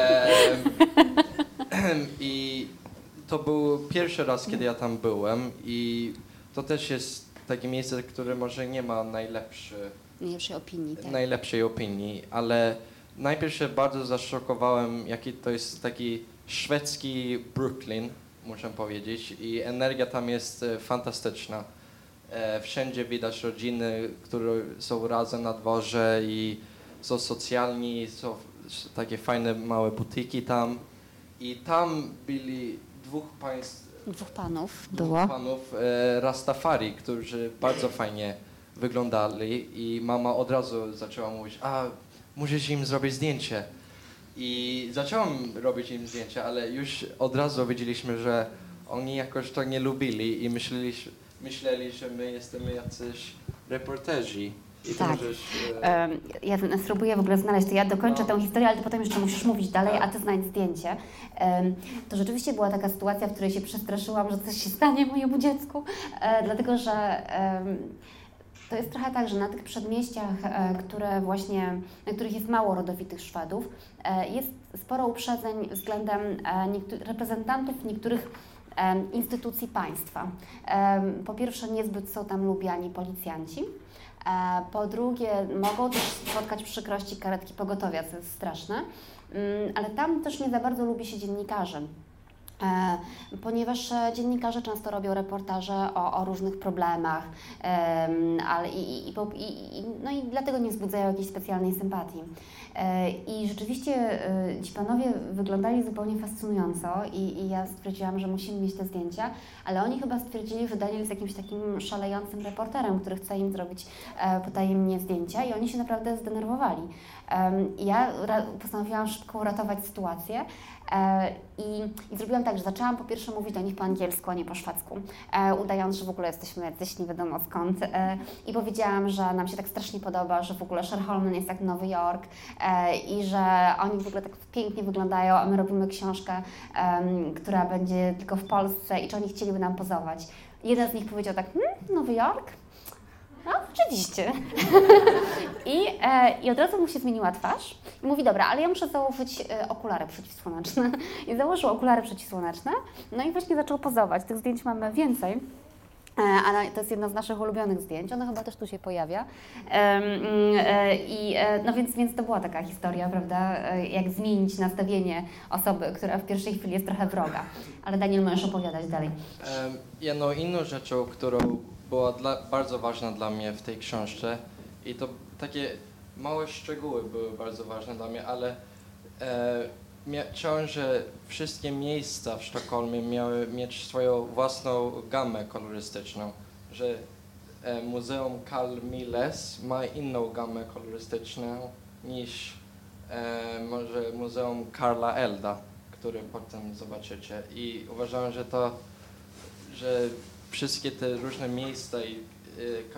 Um, I to był pierwszy raz, kiedy ja tam byłem i to też jest takie miejsce, które może nie ma najlepszy, Najlepszej opinii, tak. najlepszej opinii, ale najpierw się bardzo zaszokowałem, jaki to jest taki szwedzki Brooklyn, muszę powiedzieć, i energia tam jest e, fantastyczna. E, wszędzie widać rodziny, które są razem na dworze i są socjalni, są takie fajne małe butiki tam. I tam byli dwóch państw, Dwóch panów dwóch było. panów e, Rastafari, którzy bardzo fajnie wyglądali i mama od razu zaczęła mówić, a musisz im zrobić zdjęcie. I zaczęłam robić im zdjęcia, ale już od razu wiedzieliśmy, że oni jakoś to nie lubili i myśleli, myśleli że my jesteśmy jacyś reporterzy. I Tak. możesz, e... Um, ja spróbuję w ogóle znaleźć, to ja dokończę No. tę historię, ale ty potem jeszcze musisz mówić dalej, a ty znajdź zdjęcie. Um, to rzeczywiście była taka sytuacja, w której się przestraszyłam, że coś się stanie mojemu dziecku, e, dlatego że um, to jest trochę tak, że na tych przedmieściach, e, które właśnie, na których jest mało rodowitych Szwedów, e, jest sporo uprzedzeń względem e, niektórych reprezentantów niektórych e, instytucji państwa. E, po pierwsze, niezbyt są tam lubiani policjanci. Po drugie, mogą też spotkać przykrości karetki pogotowia, co jest straszne, ale tam też nie za bardzo lubi się dziennikarzy, ponieważ dziennikarze często robią reportaże o, o różnych problemach, ale i, i, i, no i dlatego nie wzbudzają jakiejś specjalnej sympatii. I rzeczywiście ci panowie wyglądali zupełnie fascynująco i, i ja stwierdziłam, że musimy mieć te zdjęcia, ale oni chyba stwierdzili, że Daniel jest jakimś takim szalejącym reporterem, który chce im zrobić potajemnie zdjęcia i oni się naprawdę zdenerwowali. Ja postanowiłam szybko uratować sytuację. I, I zrobiłam tak, że zaczęłam po pierwsze mówić do nich po angielsku, a nie po szwedzku, udając, że w ogóle jesteśmy jacyś nie wiadomo skąd i powiedziałam, że nam się tak strasznie podoba, że w ogóle Skärholmen jest jak Nowy Jork i że oni w ogóle tak pięknie wyglądają, a my robimy książkę, która będzie tylko w Polsce i czy oni chcieliby nam pozować. Jeden z nich powiedział tak, hmm, Nowy Jork? No, oczywiście. I, e, I od razu mu się zmieniła twarz. I mówi, dobra, ale ja muszę założyć e, okulary przeciwsłoneczne. I założył okulary przeciwsłoneczne. No i właśnie zaczął pozować. Tych zdjęć mamy więcej. E, a to jest jedno z naszych ulubionych zdjęć. Ono chyba też tu się pojawia. E, e, I e, no więc, więc to była taka historia, prawda, e, jak zmienić nastawienie osoby, która w pierwszej chwili jest trochę wroga. Ale Daniel, możesz opowiadać dalej. Um, jedną inną rzeczą, którą była dla, bardzo ważna dla mnie w tej książce i to takie małe szczegóły były bardzo ważne dla mnie, ale e, mia, chciałem, że wszystkie miejsca w Sztokholmie miały mieć swoją własną gamę kolorystyczną, że e, Muzeum Carl Milles ma inną gamę kolorystyczną niż e, może Muzeum Karla Elda, który potem zobaczycie i uważałem, że to że wszystkie te różne miejsca i y, kap,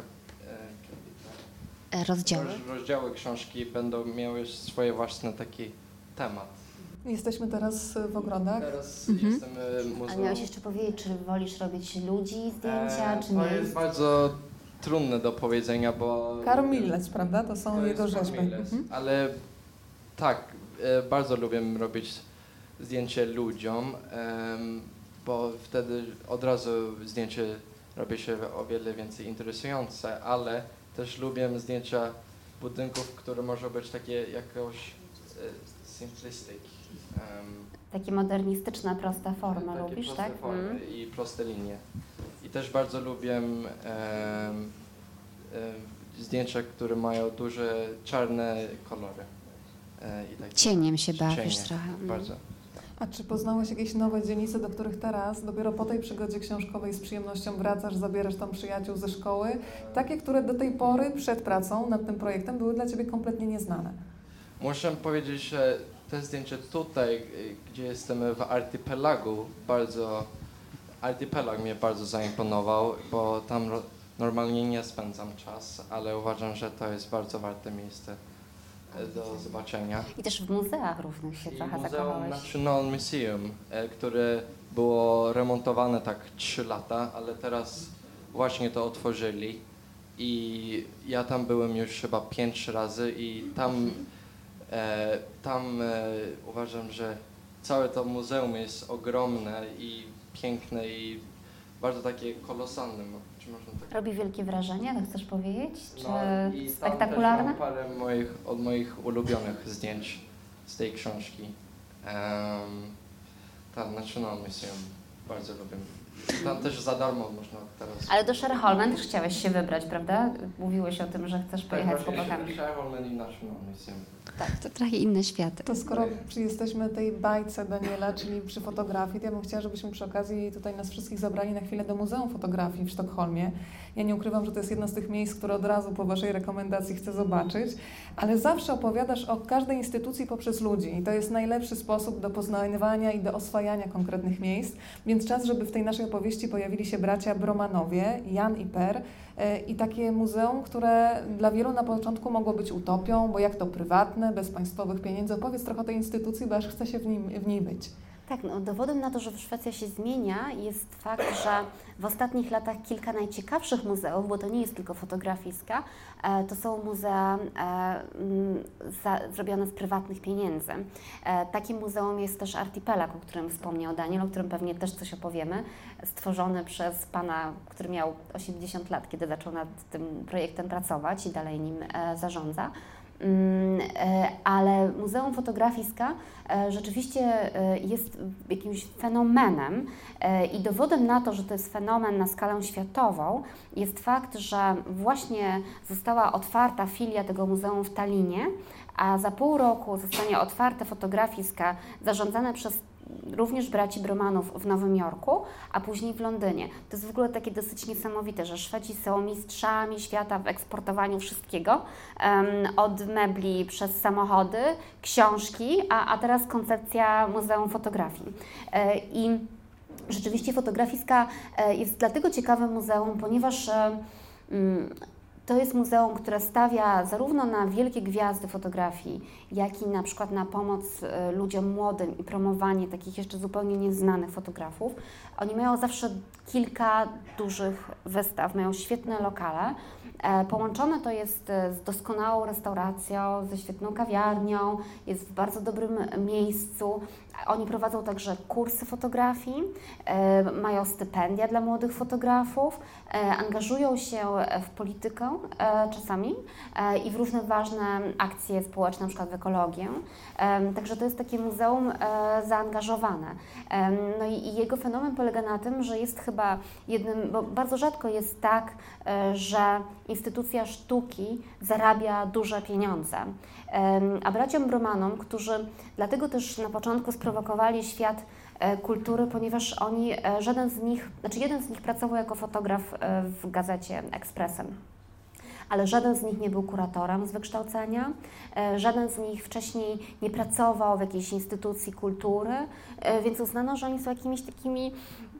y, Rozdziały. roz, rozdziały książki będą miały swoje własne taki temat. Jesteśmy teraz w ogrodach. Teraz Mhm. jestem w A muzeum. miałeś jeszcze powiedzieć, czy wolisz robić ludzi, zdjęcia, E, czy To jest miejsc? bardzo trudne do powiedzenia, bo... Karl Millec, prawda? To są to jego jest Karl rzeźby. Millec, Mhm. ale tak, e, bardzo lubię robić zdjęcie ludziom, em, bo wtedy od razu zdjęcie robi się o wiele więcej interesujące, ale też lubię zdjęcia budynków, które może być takie jakoś e, simplistic. em, Takie modernistyczne, proste formy takie lubisz, proste tak? formy Mm. i proste linie. I też bardzo lubię em, em, zdjęcia, które mają duże czarne kolory. E, i takie Cieniem się bawisz cienie. trochę. Mm. Bardzo. A czy poznałeś jakieś nowe dzielnice, do których teraz, dopiero po tej przygodzie książkowej z przyjemnością wracasz, zabierasz tam przyjaciół ze szkoły? Takie, które do tej pory, przed pracą nad tym projektem, były dla Ciebie kompletnie nieznane. Muszę powiedzieć, że te zdjęcie tutaj, y, gdzie jestem w archipelagu, bardzo, archipelag mnie bardzo zaimponował, bo tam ro, normalnie nie spędzam czas, ale uważam, że to jest bardzo warte miejsce e, do zobaczenia. I też w muzeach różnych się I trochę Muzeum zakopałeś. National Museum, e, które było remontowane tak trzy lata, ale teraz właśnie to otworzyli i ja tam byłem już chyba pięć razy i tam, e, tam e, uważam, że całe to muzeum jest ogromne i piękne i bardzo takie kolosalne. Czy można tak Robi wielkie wrażenie, to chcesz powiedzieć? Czy no, i tam spektakularne? też mam parę moich, od moich ulubionych zdjęć z tej książki. Um, tak, National Museum. Bardzo lubię. Tam też za darmo można teraz... Ale do Sherholmen też chciałeś się wybrać, prawda? Mówiłeś o tym, że chcesz pojechać z tak, chłopakami. Sherholmen i National Museum. Tak, to trochę inne światy. To skoro przy jesteśmy tej bajce Daniela, czyli przy fotografii, to ja bym chciała, żebyśmy przy okazji tutaj nas wszystkich zabrali na chwilę do Muzeum Fotografii w Sztokholmie. Ja nie ukrywam, że to jest jedno z tych miejsc, które od razu po Waszej rekomendacji chcę zobaczyć, ale zawsze opowiadasz o każdej instytucji poprzez ludzi i to jest najlepszy sposób do poznawania i do oswajania konkretnych miejsc, więc czas, żeby w tej naszej opowieści pojawili się bracia Bromanowie, Jan i Per, i takie muzeum, które dla wielu na początku mogło być utopią, bo jak to prywatne, bez państwowych pieniędzy. Opowiedz trochę o tej instytucji, bo aż chce się w, nim, w niej być. Tak, no, dowodem na to, że Szwecja się zmienia, jest fakt, że w ostatnich latach kilka najciekawszych muzeów, bo to nie jest tylko fotografiska, e, to są muzea e, m, za, zrobione z prywatnych pieniędzy. E, takim muzeum jest też Archipelag, o którym wspomniał Daniel, o którym pewnie też coś opowiemy, stworzony przez pana, który miał osiemdziesiąt lat, kiedy zaczął nad tym projektem pracować i dalej nim e, zarządza. Ale Muzeum Fotografiska rzeczywiście jest jakimś fenomenem i dowodem na to, że to jest fenomen na skalę światową, jest fakt, że właśnie została otwarta filia tego muzeum w Tallinie, a za pół roku zostanie otwarte fotografiska zarządzane przez również braci Bromanów w Nowym Jorku, a później w Londynie. To jest w ogóle takie dosyć niesamowite, że Szwedzi są mistrzami świata w eksportowaniu wszystkiego, um, od mebli przez samochody, książki, a, a teraz koncepcja Muzeum Fotografii. E, I rzeczywiście fotografiska e, jest dlatego ciekawym muzeum, ponieważ e, mm, to jest muzeum, które stawia zarówno na wielkie gwiazdy fotografii, jak i na przykład na pomoc ludziom młodym i promowanie takich jeszcze zupełnie nieznanych fotografów. Oni mają zawsze kilka dużych wystaw, mają świetne lokale. Połączone to jest z doskonałą restauracją, ze świetną kawiarnią, jest w bardzo dobrym miejscu. Oni prowadzą także kursy fotografii, mają stypendia dla młodych fotografów, angażują się w politykę czasami i w różne ważne akcje społeczne, na przykład w ekologię. Także to jest takie muzeum zaangażowane. No i jego fenomen polega na tym, że jest chyba jednym, bo bardzo rzadko jest tak, że instytucja sztuki zarabia duże pieniądze. A braciom Bromanom, którzy dlatego też na początku sprowokowali świat kultury, ponieważ oni, żaden z nich, znaczy jeden z nich pracował jako fotograf w gazecie Expressem, ale żaden z nich nie był kuratorem z wykształcenia, żaden z nich wcześniej nie pracował w jakiejś instytucji kultury, więc uznano, że oni są jakimiś takimi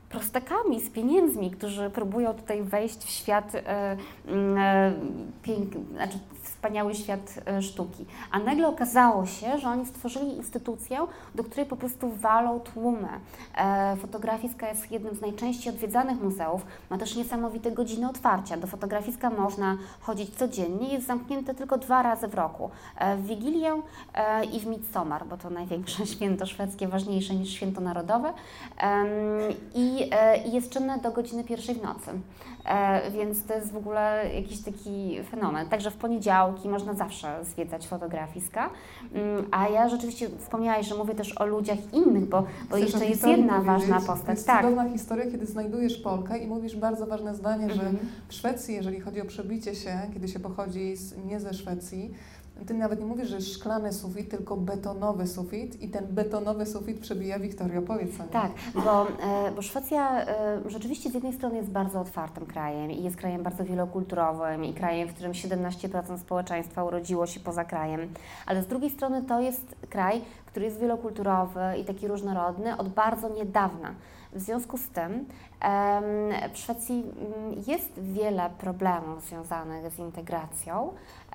prostakami z pieniędzmi, którzy próbują tutaj wejść w świat, e, e, pięk, znaczy wspaniały świat e, sztuki. A nagle okazało się, że oni stworzyli instytucję, do której po prostu walą tłumy. E, Fotografiska jest jednym z najczęściej odwiedzanych muzeów, ma też niesamowite godziny otwarcia. Do Fotografiska można chodzić codziennie, jest zamknięte tylko dwa razy w roku. E, w Wigilię e, i w Midsommar, bo to największe święto szwedzkie, ważniejsze niż święto narodowe. E, I i jest czynne do godziny pierwszej w nocy, e, więc to jest w ogóle jakiś taki fenomen. Także w poniedziałki można zawsze zwiedzać Fotografiska, mm, a ja rzeczywiście wspomniałaś, że mówię też o ludziach innych, bo, bo jeszcze jest jedna ważna postać. To jest tak. cudowna historia, kiedy znajdujesz Polkę i mówisz bardzo ważne zdanie, mm-hmm. że w Szwecji, jeżeli chodzi o przebicie się, kiedy się pochodzi z, nie ze Szwecji, ty nawet nie mówisz, że jest szklany sufit, tylko betonowy sufit i ten betonowy sufit przebija Wiktoria. Powiedz o nim. Tak, bo, e, bo Szwecja e, rzeczywiście z jednej strony jest bardzo otwartym krajem i jest krajem bardzo wielokulturowym i krajem, w którym siedemnaście procent społeczeństwa urodziło się poza krajem, ale z drugiej strony to jest kraj, który jest wielokulturowy i taki różnorodny od bardzo niedawna. W związku z tym w Szwecji jest wiele problemów związanych z integracją,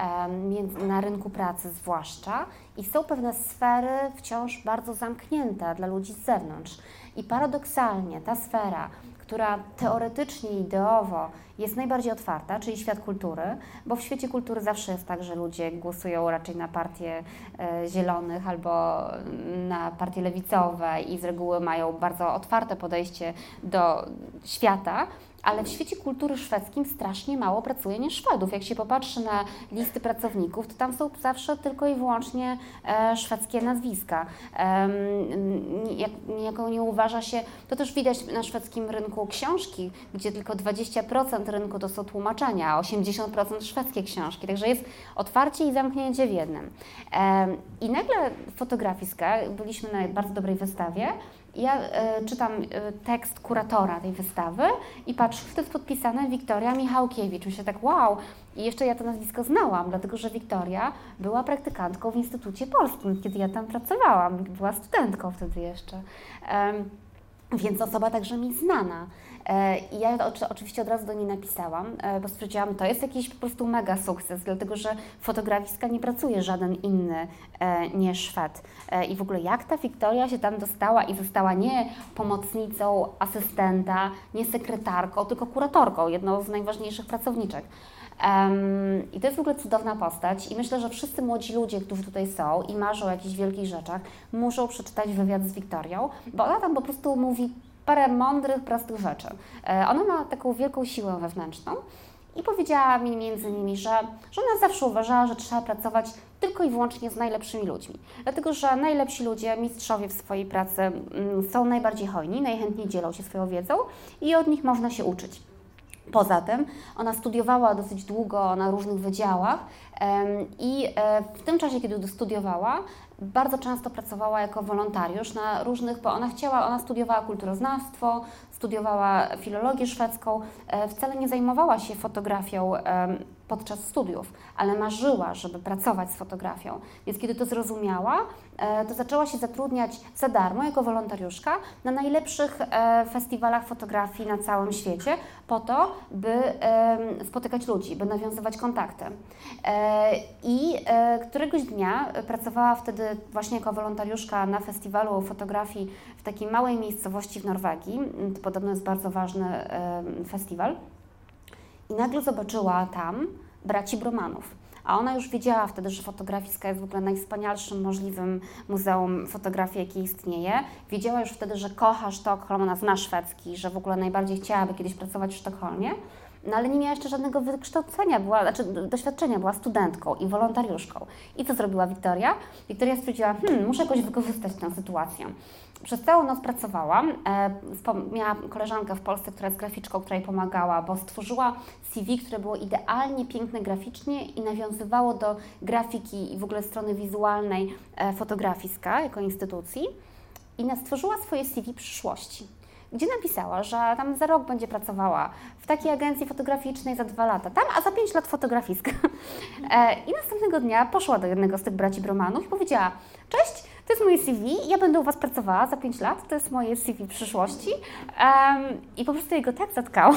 na rynku pracy zwłaszcza, i są pewne sfery wciąż bardzo zamknięte dla ludzi z zewnątrz. I paradoksalnie ta sfera, która teoretycznie i ideowo jest najbardziej otwarta, czyli świat kultury, bo w świecie kultury zawsze jest tak, że ludzie głosują raczej na partie e, zielonych albo na partie lewicowe i z reguły mają bardzo otwarte podejście do świata, ale w świecie kultury szwedzkim strasznie mało pracuje niż Szwedów. Jak się popatrzy na listy pracowników, to tam są zawsze tylko i wyłącznie e, szwedzkie nazwiska. E, jak, niejako nie uważa się, to też widać na szwedzkim rynku książki, gdzie tylko dwadzieścia procent rynku to są tłumaczenia, a osiemdziesiąt procent szwedzkie książki. Także jest otwarcie i zamknięcie w jednym. E, I nagle Fotografiska, byliśmy na bardzo dobrej wystawie, ja e, czytam e, tekst kuratora tej wystawy i patrzę, to jest podpisane Wiktoria Michałkiewicz. Myślę tak, wow. I jeszcze ja to nazwisko znałam, dlatego że Wiktoria była praktykantką w Instytucie Polskim, kiedy ja tam pracowałam. Była studentką wtedy jeszcze. E, więc osoba także mi znana. I ja oczywiście od razu do niej napisałam, bo stwierdziłam, to jest jakiś po prostu mega sukces, dlatego że Fotografiska nie pracuje żaden inny nie Szwed. I w ogóle jak ta Wiktoria się tam dostała i została nie pomocnicą asystenta, nie sekretarką, tylko kuratorką, jedną z najważniejszych pracowniczek. Um, I to jest w ogóle cudowna postać i myślę, że wszyscy młodzi ludzie, którzy tutaj są i marzą o jakichś wielkich rzeczach, muszą przeczytać wywiad z Wiktorią, bo ona tam po prostu mówi parę mądrych, prostych rzeczy. E, ona ma taką wielką siłę wewnętrzną i powiedziała mi między innymi, że, że ona zawsze uważała, że trzeba pracować tylko i wyłącznie z najlepszymi ludźmi. Dlatego, że najlepsi ludzie, mistrzowie w swojej pracy m, są najbardziej hojni, najchętniej dzielą się swoją wiedzą i od nich można się uczyć. Poza tym ona studiowała dosyć długo na różnych wydziałach i w tym czasie, kiedy studiowała, bardzo często pracowała jako wolontariusz na różnych, bo ona chciała, ona studiowała kulturoznawstwo, studiowała filologię szwedzką, wcale nie zajmowała się fotografią podczas studiów, ale marzyła, żeby pracować z fotografią. Więc kiedy to zrozumiała, to zaczęła się zatrudniać za darmo jako wolontariuszka na najlepszych festiwalach fotografii na całym świecie po to, by spotykać ludzi, by nawiązywać kontakty. I któregoś dnia pracowała wtedy właśnie jako wolontariuszka na festiwalu fotografii w takiej małej miejscowości w Norwegii. To podobno jest bardzo ważny festiwal. I nagle zobaczyła tam braci Bromanów. A ona już wiedziała wtedy, że Fotografiska jest w ogóle najwspanialszym możliwym muzeum fotografii, jakie istnieje. Wiedziała już wtedy, że kocha Sztokholm, ona zna szwedzki, że w ogóle najbardziej chciałaby kiedyś pracować w Sztokholmie. No ale nie miała jeszcze żadnego wykształcenia, była, znaczy doświadczenia, była studentką i wolontariuszką. I co zrobiła Wiktoria? Wiktoria stwierdziła, hmm, muszę jakoś wykorzystać tę sytuację. Przez całą noc pracowałam, e, miała koleżankę w Polsce, która jest graficzką, która jej pomagała, bo stworzyła C V, które było idealnie piękne graficznie i nawiązywało do grafiki i w ogóle strony wizualnej e, Fotografiska jako instytucji. I stworzyła swoje C V przyszłości, gdzie napisała, że tam za rok będzie pracowała w takiej agencji fotograficznej, za dwa lata tam, a za pięć lat Fotografiska. E, I następnego dnia poszła do jednego z tych braci Bromanów i powiedziała, cześć, to jest moje C V, ja będę u Was pracowała za pięć lat, to jest moje C V przyszłości. Um, I po prostu jego tak zatkał,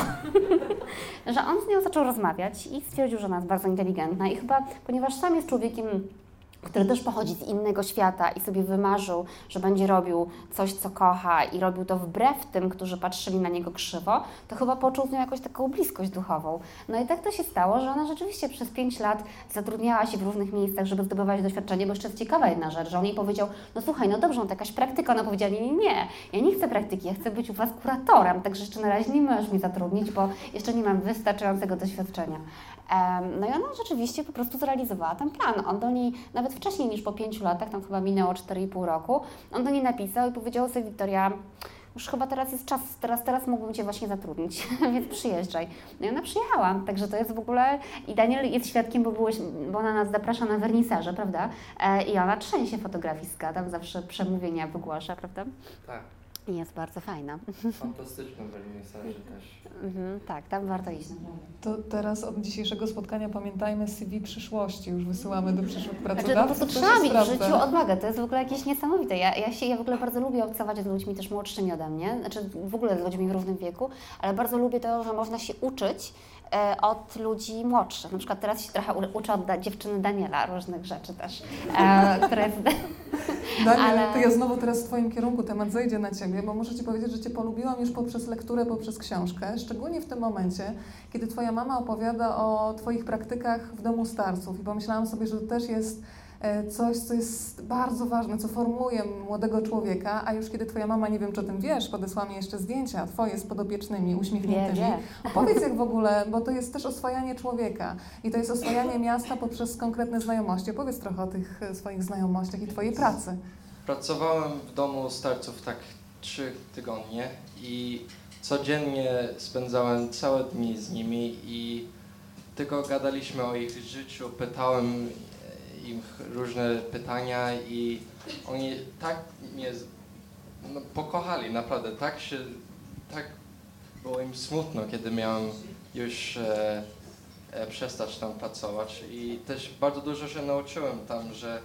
że on z nią zaczął rozmawiać i stwierdził, że ona jest bardzo inteligentna i chyba, ponieważ sam jest człowiekiem, który też pochodzi z innego świata i sobie wymarzył, że będzie robił coś, co kocha i robił to wbrew tym, którzy patrzyli na niego krzywo, to chyba poczuł z nią jakąś taką bliskość duchową. No i tak to się stało, że ona rzeczywiście przez pięć lat zatrudniała się w różnych miejscach, żeby zdobywać doświadczenie, bo jeszcze jest ciekawa jedna rzecz, że on jej powiedział, no słuchaj, no dobrze, no to jakaś praktyka, ona powiedziała, nie, nie, nie, ja nie chcę praktyki, ja chcę być u Was kuratorem, także jeszcze na razie nie możesz mnie zatrudnić, bo jeszcze nie mam wystarczającego doświadczenia. No i ona rzeczywiście po prostu zrealizowała ten plan. On do niej, nawet wcześniej niż po pięciu latach, tam chyba minęło cztery i pół roku, on do niej napisał i powiedział sobie, Wiktoria, już chyba teraz jest czas, teraz, teraz mógłbym Cię właśnie zatrudnić, więc przyjeżdżaj. No i ona przyjechała, także to jest w ogóle, i Daniel jest świadkiem, bo, byłeś, bo ona nas zaprasza na wernisaże, prawda? I ona trzęsie fotografiska, tam zawsze przemówienia wygłasza, prawda? Tak. I jest bardzo fajna. Fantastyczne wernisaże też. Mhm, tak, tam warto iść. To teraz od dzisiejszego spotkania pamiętajmy C V przyszłości, już wysyłamy do przyszłych Znaczy, po pracodawców. prostu to trzeba się mieć w sprawdza. życiu odwagę, to jest w ogóle jakieś niesamowite. Ja, ja, się, ja w ogóle bardzo lubię obcować z ludźmi też młodszymi ode mnie, znaczy w ogóle z ludźmi w równym wieku, ale bardzo lubię to, że można się uczyć e, od ludzi młodszych. Na przykład teraz się trochę u, uczę od da, dziewczyny Daniela różnych rzeczy też, e, które jest... Daniel, ale- to ja znowu teraz w Twoim kierunku temat zejdzie na Ciebie, bo muszę Ci powiedzieć, że Cię polubiłam już poprzez lekturę, poprzez książkę, szczególnie w tym momencie, kiedy Twoja mama opowiada o Twoich praktykach w domu starców i pomyślałam sobie, że to też jest e, coś, co jest bardzo ważne, co formuje młodego człowieka, a już kiedy Twoja mama, nie wiem czy o tym wiesz, podesła mi jeszcze zdjęcia Twoje z podopiecznymi, uśmiechniętymi. Wie, wie. Opowiedz jak w ogóle, bo to jest też oswajanie człowieka i to jest oswajanie miasta poprzez konkretne znajomości. Opowiedz trochę o tych e, swoich znajomościach i Twojej pracy. Pracowałem w domu starców tak trzy tygodnie i codziennie spędzałem całe dni z nimi i tylko gadaliśmy o ich życiu, pytałem im różne pytania i oni tak mnie z- no, pokochali, naprawdę, tak się, tak było im smutno, kiedy miałem już e, e, przestać tam pracować i też bardzo dużo się nauczyłem tam, że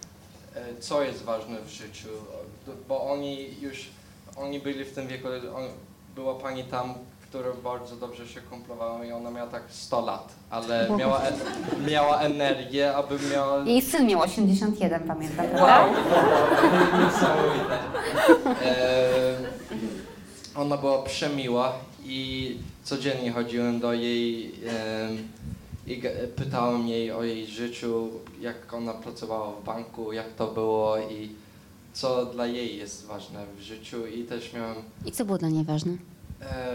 e, co jest ważne w życiu, bo oni już, oni byli w tym wieku, on, była pani tam, która bardzo dobrze się kumplowała i ona miała tak sto lat, ale miała, e, miała energię, aby miała... Jej syn miał osiemdziesiąt jeden, pamiętam, prawda? Niesamowite. E, ona była przemiła i codziennie chodziłem do jej e, i g- pytałem jej o jej życiu, jak ona pracowała w banku, jak to było i co dla jej jest ważne w życiu i też miałem... I co było dla niej ważne? E,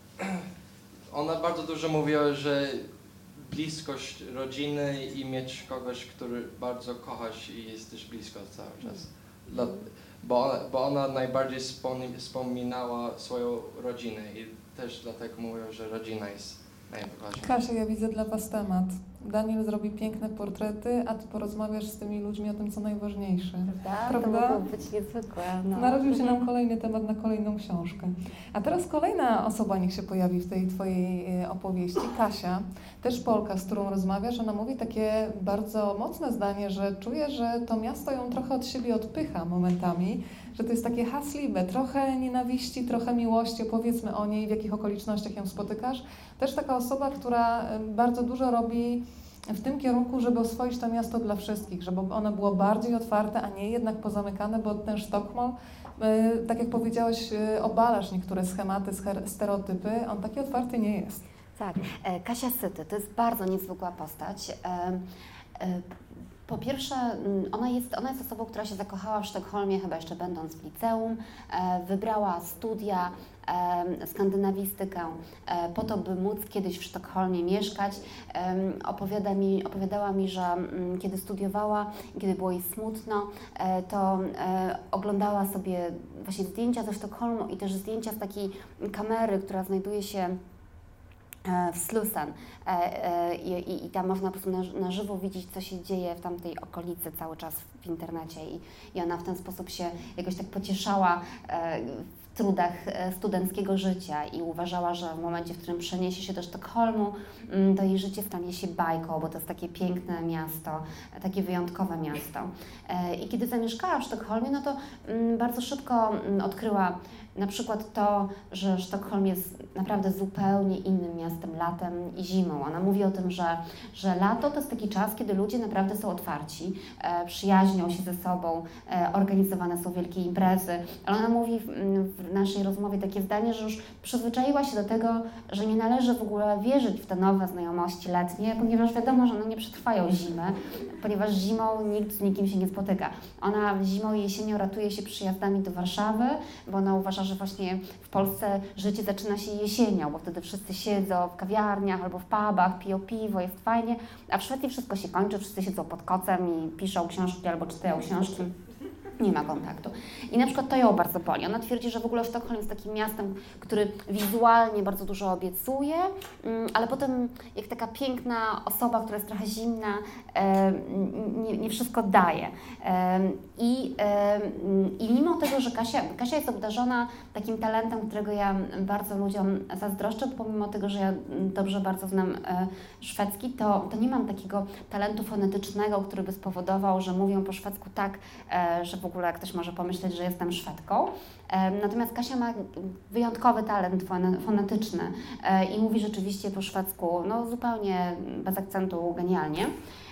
ona bardzo dużo mówiła, że bliskość rodziny i mieć kogoś, który bardzo kochasz i jesteś blisko cały czas. Dla, bo, ona, bo ona najbardziej wspomni, wspominała swoją rodzinę i też dlatego mówiła, że rodzina jest najważniejsza. Kasia, ja widzę dla Was temat. Daniel zrobi piękne portrety, a Ty porozmawiasz z tymi ludźmi o tym, co najważniejsze. Prawda? Prawda? To mogło być niezwykłe. No. Narodził się nam kolejny temat na kolejną książkę. A teraz kolejna osoba niech się pojawi w tej Twojej e, opowieści. Kasia, też Polka, z którą rozmawiasz. Ona mówi takie bardzo mocne zdanie, że czuje, że to miasto ją trochę od siebie odpycha momentami, że to jest takie haslibe, trochę nienawiści, trochę miłości. Opowiedzmy o niej, w jakich okolicznościach ją spotykasz. Też taka osoba, która e, bardzo dużo robi w tym kierunku, żeby oswoić to miasto dla wszystkich, żeby ono było bardziej otwarte, a nie jednak pozamykane, bo ten Sztokholm, y, tak jak powiedziałeś, y, obalasz niektóre schematy, scher- stereotypy, on taki otwarty nie jest. Tak, e, Kasia Syty to jest bardzo niezwykła postać. E, e, Po pierwsze, mm, ona jest, ona jest osobą, która się zakochała w Sztokholmie, chyba jeszcze będąc w liceum, e, wybrała studia, e, skandynawistykę e, po to, by móc kiedyś w Sztokholmie mieszkać. E, opowiada mi, opowiadała mi, że mm, kiedy studiowała, kiedy było jej smutno, e, to e, oglądała sobie właśnie zdjęcia ze Sztokholmu i też zdjęcia z takiej kamery, która znajduje się w Slussen I, i, i tam można po prostu na, na żywo widzieć, co się dzieje w tamtej okolicy cały czas w internecie i, i ona w ten sposób się jakoś tak pocieszała trudach studenckiego życia i uważała, że w momencie, w którym przeniesie się do Sztokholmu, to jej życie stanie się bajką, bo to jest takie piękne miasto, takie wyjątkowe miasto. I kiedy zamieszkała w Sztokholmie, no to bardzo szybko odkryła na przykład to, że Sztokholm jest naprawdę zupełnie innym miastem latem i zimą. Ona mówi o tym, że, że lato to jest taki czas, kiedy ludzie naprawdę są otwarci, e, przyjaźnią się ze sobą, e, organizowane są wielkie imprezy. Ale ona mówi w, w naszej rozmowie takie zdanie, że już przyzwyczaiła się do tego, że nie należy w ogóle wierzyć w te nowe znajomości letnie, ponieważ wiadomo, że one nie przetrwają zimę, ponieważ zimą nikt z nikim się nie spotyka. Ona zimą i jesienią ratuje się przyjazdami do Warszawy, bo ona uważa, że właśnie w Polsce życie zaczyna się jesienią, bo wtedy wszyscy siedzą w kawiarniach albo w pubach, piją piwo, jest fajnie, a w Szwecji wszystko się kończy, wszyscy siedzą pod kocem i piszą książki albo czytają książki. Nie ma kontaktu. I na przykład to ją bardzo boli. Ona twierdzi, że w ogóle Sztokholm jest takim miastem, który wizualnie bardzo dużo obiecuje, ale potem jak taka piękna osoba, która jest trochę zimna, nie, nie wszystko daje. I, I mimo tego, że Kasia, Kasia jest obdarzona takim talentem, którego ja bardzo ludziom zazdroszczę, pomimo tego, że ja dobrze bardzo znam szwedzki, to, to nie mam takiego talentu fonetycznego, który by spowodował, że mówią po szwedzku tak, że w ogóle ktoś może pomyśleć, że jestem Szwedką. Natomiast Kasia ma wyjątkowy talent fonetyczny i mówi rzeczywiście po szwedzku, no zupełnie bez akcentu, genialnie.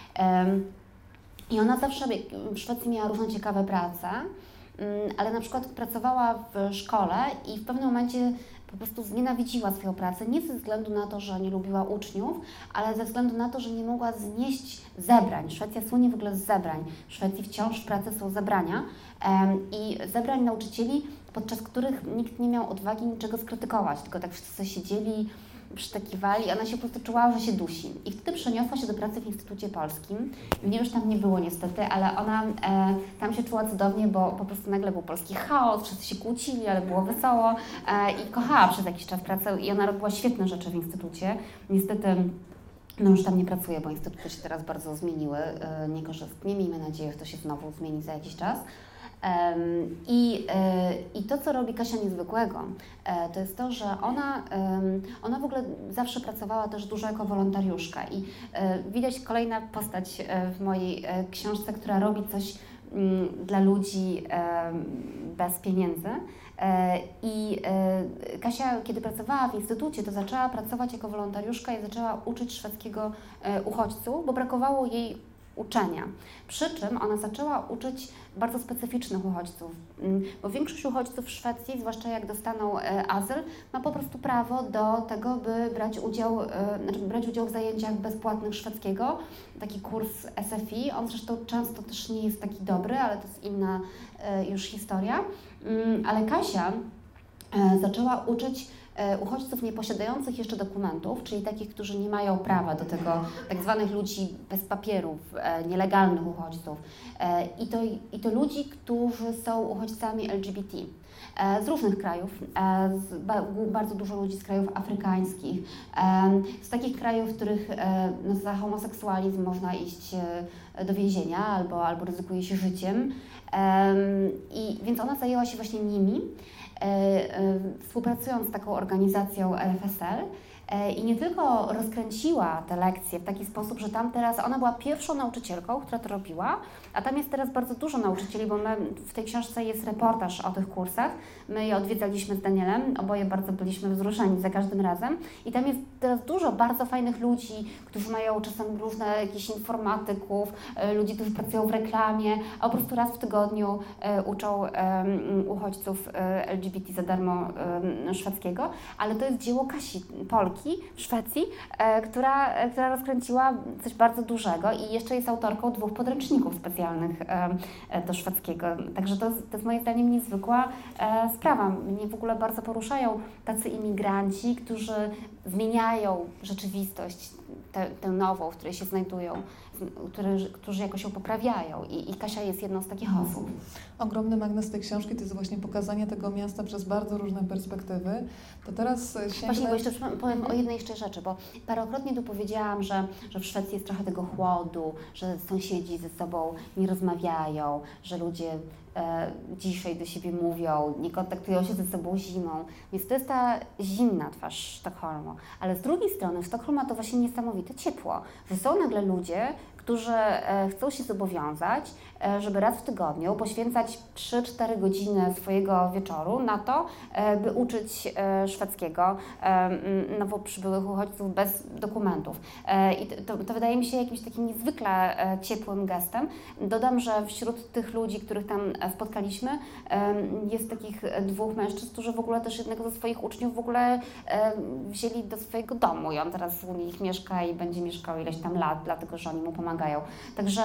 I ona zawsze w Szwecji miała różne ciekawe prace, ale na przykład pracowała w szkole i w pewnym momencie po prostu znienawidziła swoją pracę, nie ze względu na to, że nie lubiła uczniów, ale ze względu na to, że nie mogła znieść zebrań. Szwecja słynie w ogóle z zebrań. W Szwecji wciąż w pracy są zebrania um, i zebrań nauczycieli, podczas których nikt nie miał odwagi niczego skrytykować, tylko tak wszyscy siedzieli, przytakiwali, ona się po prostu czuła, że się dusi. I wtedy przeniosła się do pracy w Instytucie Polskim. Mnie już tam nie było niestety, ale ona e, tam się czuła cudownie, bo po prostu nagle był polski chaos, wszyscy się kłócili, ale było wesoło e, i kochała przez jakiś czas pracę i ona robiła świetne rzeczy w Instytucie. Niestety no już tam nie pracuje, bo instytuty się teraz bardzo zmieniły e, niekorzystnie. Miejmy nadzieję, że to się znowu zmieni za jakiś czas. Um, i, y, I to, co robi Kasia niezwykłego, y, to jest to, że ona, y, ona w ogóle zawsze pracowała też dużo jako wolontariuszka i y, widać kolejna postać y, w mojej y, książce, która robi coś y, dla ludzi y, bez pieniędzy. I Kasia, kiedy pracowała w instytucie, to zaczęła pracować jako wolontariuszka i zaczęła uczyć szwedzkiego uchodźców, bo brakowało jej uczenia. Przy czym ona zaczęła uczyć bardzo specyficznych uchodźców, bo większość uchodźców w Szwecji, zwłaszcza jak dostaną azyl, ma po prostu prawo do tego, by brać udział, znaczy brać udział w zajęciach bezpłatnych szwedzkiego, taki kurs S F I. On zresztą często też nie jest taki dobry, ale to jest inna już historia. Ale Kasia zaczęła uczyć uchodźców nieposiadających jeszcze dokumentów, czyli takich, którzy nie mają prawa do tego, tak zwanych ludzi bez papierów, nielegalnych uchodźców. I to, i to ludzi, którzy są uchodźcami L G B T. Z różnych krajów, z bardzo dużo ludzi z krajów afrykańskich, z takich krajów, w których no, za homoseksualizm można iść do więzienia albo, albo ryzykuje się życiem. I, więc ona zajęła się właśnie nimi, współpracując z taką organizacją R F S L. I nie tylko rozkręciła te lekcje w taki sposób, że tam teraz ona była pierwszą nauczycielką, która to robiła, a tam jest teraz bardzo dużo nauczycieli, bo my, w tej książce jest reportaż o tych kursach. My je odwiedzaliśmy z Danielem, oboje bardzo byliśmy wzruszeni za każdym razem i tam jest teraz dużo bardzo fajnych ludzi, którzy mają czasem różne jakichś informatyków, ludzi, którzy pracują w reklamie, a po prostu raz w tygodniu uczą um, uchodźców L G B T za darmo um, szwedzkiego, ale to jest dzieło Kasi, Polki w Szwecji, e, która, e, która rozkręciła coś bardzo dużego i jeszcze jest autorką dwóch podręczników specjalnych e, do szwedzkiego. Także to, to jest moim zdaniem niezwykła e, sprawa. Mnie w ogóle bardzo poruszają tacy imigranci, którzy zmieniają rzeczywistość, tę, tę nową, w której się znajdują którzy, którzy jakoś się poprawiają i, i Kasia jest jedną z takich osób. Ogromny magnes tej książki to jest właśnie pokazanie tego miasta przez bardzo różne perspektywy. To teraz sięgnę... Właśnie, bo jeszcze powiem o jednej jeszcze rzeczy, bo parokrotnie tu powiedziałam, że, że w Szwecji jest trochę tego chłodu, że sąsiedzi ze sobą nie rozmawiają, że ludzie e, dzisiaj do siebie mówią, nie kontaktują się ze sobą zimą. Więc to jest ta zimna twarz Sztokholmu. Ale z drugiej strony Sztokholm ma to właśnie niesamowite ciepło, że są nagle ludzie, którzy e, chcą się zobowiązać, e, żeby raz w tygodniu poświęcać trzy cztery godziny swojego wieczoru na to, e, by uczyć e, szwedzkiego e, nowo przybyłych uchodźców bez dokumentów. E, I to, to wydaje mi się jakimś takim niezwykle e, ciepłym gestem. Dodam, że wśród tych ludzi, których tam spotkaliśmy, e, jest takich dwóch mężczyzn, którzy w ogóle też jednego ze swoich uczniów w ogóle e, wzięli do swojego domu i on teraz u nich mieszka i będzie mieszkał ileś tam lat, dlatego że oni mu pomagają. Także,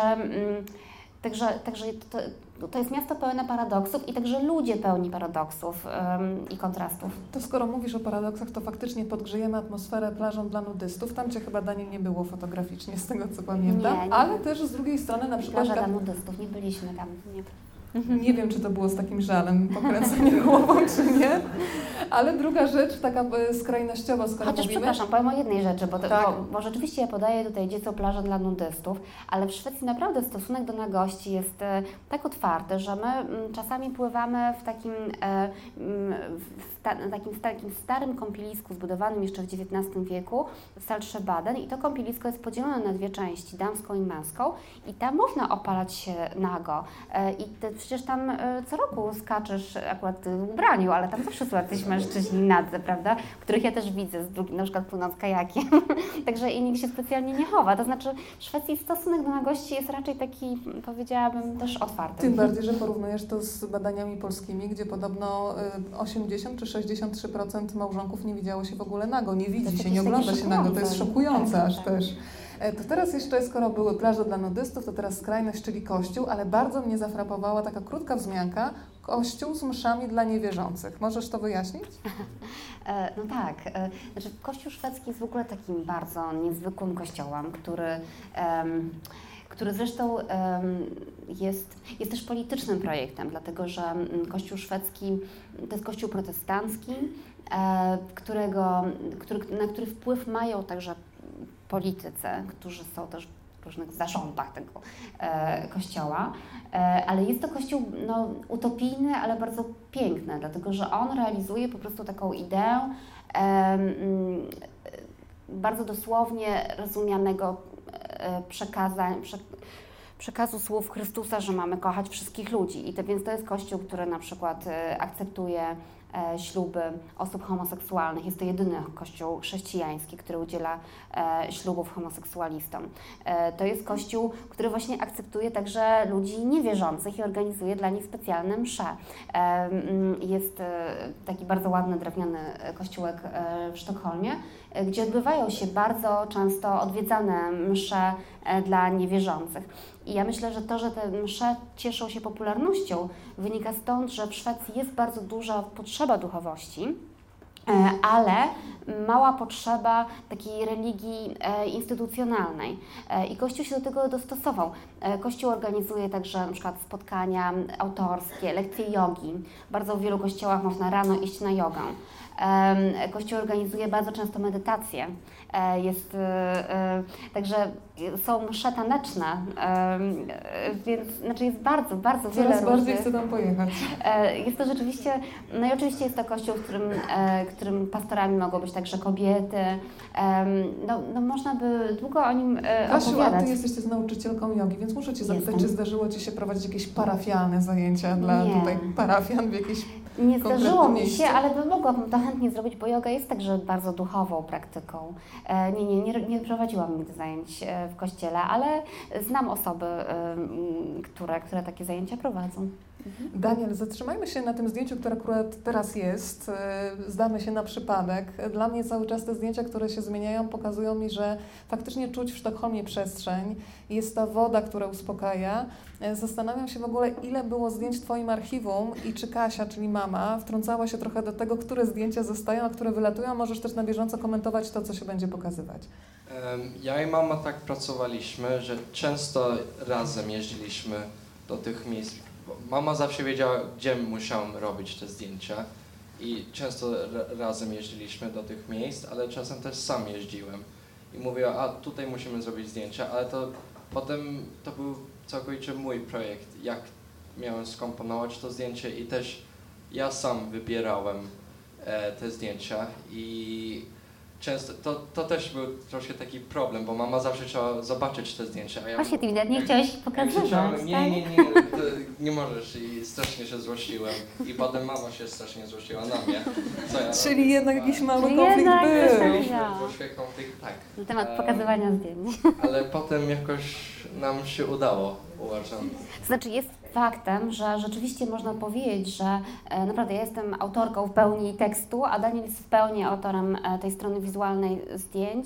także, także to, to jest miasto pełne paradoksów i także ludzie pełni paradoksów um, i kontrastów. To skoro mówisz o paradoksach, to faktycznie podgrzejemy atmosferę plażą dla nudystów. Tam Cię chyba, Daniel, nie było fotograficznie, z tego co pamiętam. Nie, nie. Ale też z drugiej strony na przykład... Plaża dla nudystów, nie byliśmy tam. Nie. Nie wiem, czy to było z takim żalem pokręcenie głową, czy nie. Ale druga rzecz, taka skrajnościowa, skoro Chociaż mówimy... przepraszam, powiem o jednej rzeczy, bo, to, Tak. bo, bo rzeczywiście ja podaję tutaj dziecko plażę dla nudystów, ale w Szwecji naprawdę stosunek do nagości jest e, tak otwarty, że my m, czasami pływamy w takim, e, m, w sta, takim, takim starym kąpielisku zbudowanym jeszcze w dziewiętnastym wieku w Saltsjöbaden i to kąpielisko jest podzielone na dwie części, damską i męską i tam można opalać się nago e, i te, przecież tam e, co roku skaczesz akurat w ubraniu, ale tam zawsze są jacyś mężczyźni nadzy, prawda, których ja też widzę, z drugi, na przykład płynąc kajakiem, także i nikt się specjalnie nie chowa. To znaczy w Szwecji stosunek do nagości jest raczej taki, powiedziałabym, też otwarty. Tym bardziej, że porównujesz to z badaniami polskimi, gdzie podobno osiemdziesiąt czy sześćdziesiąt trzy procent małżonków nie widziało się w ogóle nago, nie widzi się, nie ogląda się nago, to jest szokujące tak, aż tak. też. To teraz jeszcze, skoro były plaże dla nudystów, to teraz skrajność, czyli kościół, ale bardzo mnie zafrapowała taka krótka wzmianka, kościół z mszami dla niewierzących. Możesz to wyjaśnić? No tak, znaczy Kościół szwedzki jest w ogóle takim bardzo niezwykłym kościołem, który, um, który zresztą um, jest, jest też politycznym projektem, dlatego że Kościół szwedzki to jest kościół protestancki, e, którego, który, na który wpływ mają także politycy, którzy są też w różnych zarządach tego e, kościoła, e, ale jest to kościół no, utopijny, ale bardzo piękny, dlatego że on realizuje po prostu taką ideę e, m, bardzo dosłownie rozumianego e, przekazań, prze, przekazu słów Chrystusa, że mamy kochać wszystkich ludzi. I to, więc to jest kościół, który na przykład e, akceptuje E, śluby osób homoseksualnych. Jest to jedyny kościół chrześcijański, który udziela e, ślubów homoseksualistom. E, to jest kościół, który właśnie akceptuje także ludzi niewierzących i organizuje dla nich specjalne msze. E, jest e, taki bardzo ładny, drewniany kościółek e, w Sztokholmie, e, gdzie odbywają się bardzo często odwiedzane msze e, dla niewierzących. I ja myślę, że to, że te msze cieszą się popularnością, wynika stąd, że w Szwecji jest bardzo duża potrzeba duchowości, ale mała potrzeba takiej religii instytucjonalnej. I Kościół się do tego dostosował. Kościół organizuje także na przykład spotkania autorskie, lekcje jogi. Bardzo w wielu kościołach można rano iść na jogę. Kościół organizuje bardzo często medytacje. Jest, także są msze taneczne, więc znaczy jest bardzo, bardzo wiele Coraz bardziej różnych. chcę tam pojechać. Jest to rzeczywiście, no i oczywiście jest to kościół, w którym, którym pastorami mogą być także kobiety. No, no można by długo o nim Kasiu, opowiadać. a Ty jesteś nauczycielką jogi, więc muszę Cię zapytać, Jestem. czy zdarzyło Ci się prowadzić jakieś parafialne zajęcia dla Nie. tutaj parafian w jakiejś Nie zdarzyło mi miejscu? się, ale by mogłabym to chętnie zrobić, bo yoga jest także bardzo duchową praktyką. E, nie, nie, nie, nie prowadziłam nigdy zajęć w kościele, ale znam osoby, e, które, które takie zajęcia prowadzą. Daniel, zatrzymajmy się na tym zdjęciu, które akurat teraz jest. Zdamy się na przypadek. Dla mnie cały czas te zdjęcia, które się zmieniają, pokazują mi, że faktycznie czuć w Sztokholmie przestrzeń. Jest ta woda, która uspokaja. Zastanawiam się w ogóle, ile było zdjęć w Twoim archiwum i czy Kasia, czyli mama, wtrącała się trochę do tego, które zdjęcia zostają, a które wylatują. Możesz też na bieżąco komentować to, co się będzie pokazywać. Ja i mama tak pracowaliśmy, że często razem jeździliśmy do tych miejsc. Mama zawsze wiedziała, gdzie musiałem robić te zdjęcia i często razem jeździliśmy do tych miejsc, ale czasem też sam jeździłem i mówiła, a tutaj musimy zrobić zdjęcia, ale to potem to był całkowicie mój projekt, jak miałem skomponować to zdjęcie i też ja sam wybierałem e, te zdjęcia i często, to, to też był troszkę taki problem, bo mama zawsze chciała zobaczyć te zdjęcia. A ja, Właśnie, ty widać, nie chciałeś ich pokazywać, krzyczałem, tak? nie, nie, nie, to nie możesz i strasznie się złościłem. I potem mama się strasznie złościła na mnie. Co ja Czyli robię? jednak jakiś mały Czyli konflikt jednak był. coś Mieliśmy Ja. troszkę konflikt, tak. Na temat Em, pokazywania zdjęć. Ale potem jakoś nam się udało, uważam. To znaczy jest faktem, że rzeczywiście można powiedzieć, że e, naprawdę ja jestem autorką w pełni tekstu, a Daniel jest w pełni autorem e, tej strony wizualnej zdjęć.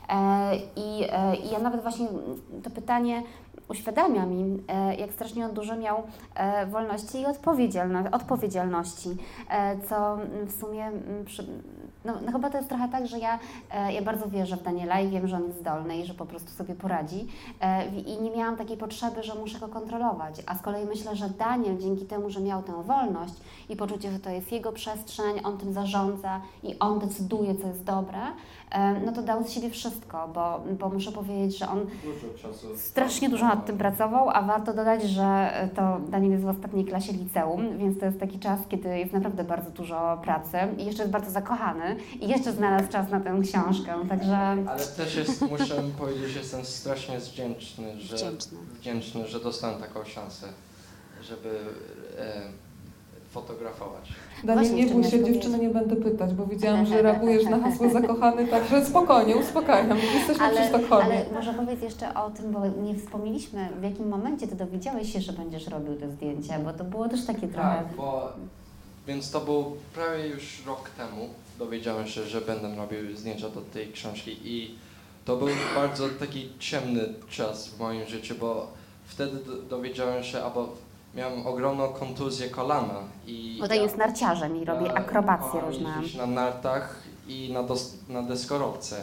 E, i, e, I ja nawet właśnie to pytanie uświadamia mi, e, jak strasznie on dużo miał e, wolności i odpowiedzialno, odpowiedzialności, e, co w sumie m, przy, no, no chyba to jest trochę tak, że ja, e, ja bardzo wierzę w Daniela i wiem, że on jest zdolny i że po prostu sobie poradzi e, i nie miałam takiej potrzeby, że muszę go kontrolować, a z kolei myślę, że Daniel dzięki temu, że miał tę wolność i poczucie, że to jest jego przestrzeń, on tym zarządza i on decyduje, co jest dobre, e, no to dał z siebie wszystko, bo, bo muszę powiedzieć, że on Dużo czasu. strasznie dużo nad tym pracował, a warto dodać, że to Daniel jest w ostatniej klasie liceum, więc to jest taki czas, kiedy jest naprawdę bardzo dużo pracy i jeszcze jest bardzo zakochany i jeszcze znalazł czas na tę książkę, także... Ale też jest, muszę powiedzieć, że jestem strasznie wdzięczny, że, Wdzięczny. wdzięczny, że dostałem taką szansę, żeby e, fotografować. Daniel, Właśnie, nie czym bój miałeś się powiedzieć? dziewczyny, nie będę pytać, bo widziałam, że reagujesz na hasło zakochany, także spokojnie, uspokajam. Jesteśmy przy Ale, Sztokholmie. ale może powiedz jeszcze o tym, bo nie wspomnieliśmy, w jakim momencie Ty dowiedziałeś się, że będziesz robił te zdjęcia, bo to było też takie trochę... Tak, bo, więc to był prawie już rok temu, dowiedziałem się, że będę robił zdjęcia do tej książki i to był bardzo taki ciemny czas w moim życiu, bo wtedy do, dowiedziałem się, albo miałem ogromną kontuzję kolana i... Bo to jest narciarzem i robi ja akrobacje kocham różne. jeździć na nartach i na, dos, na deskorolce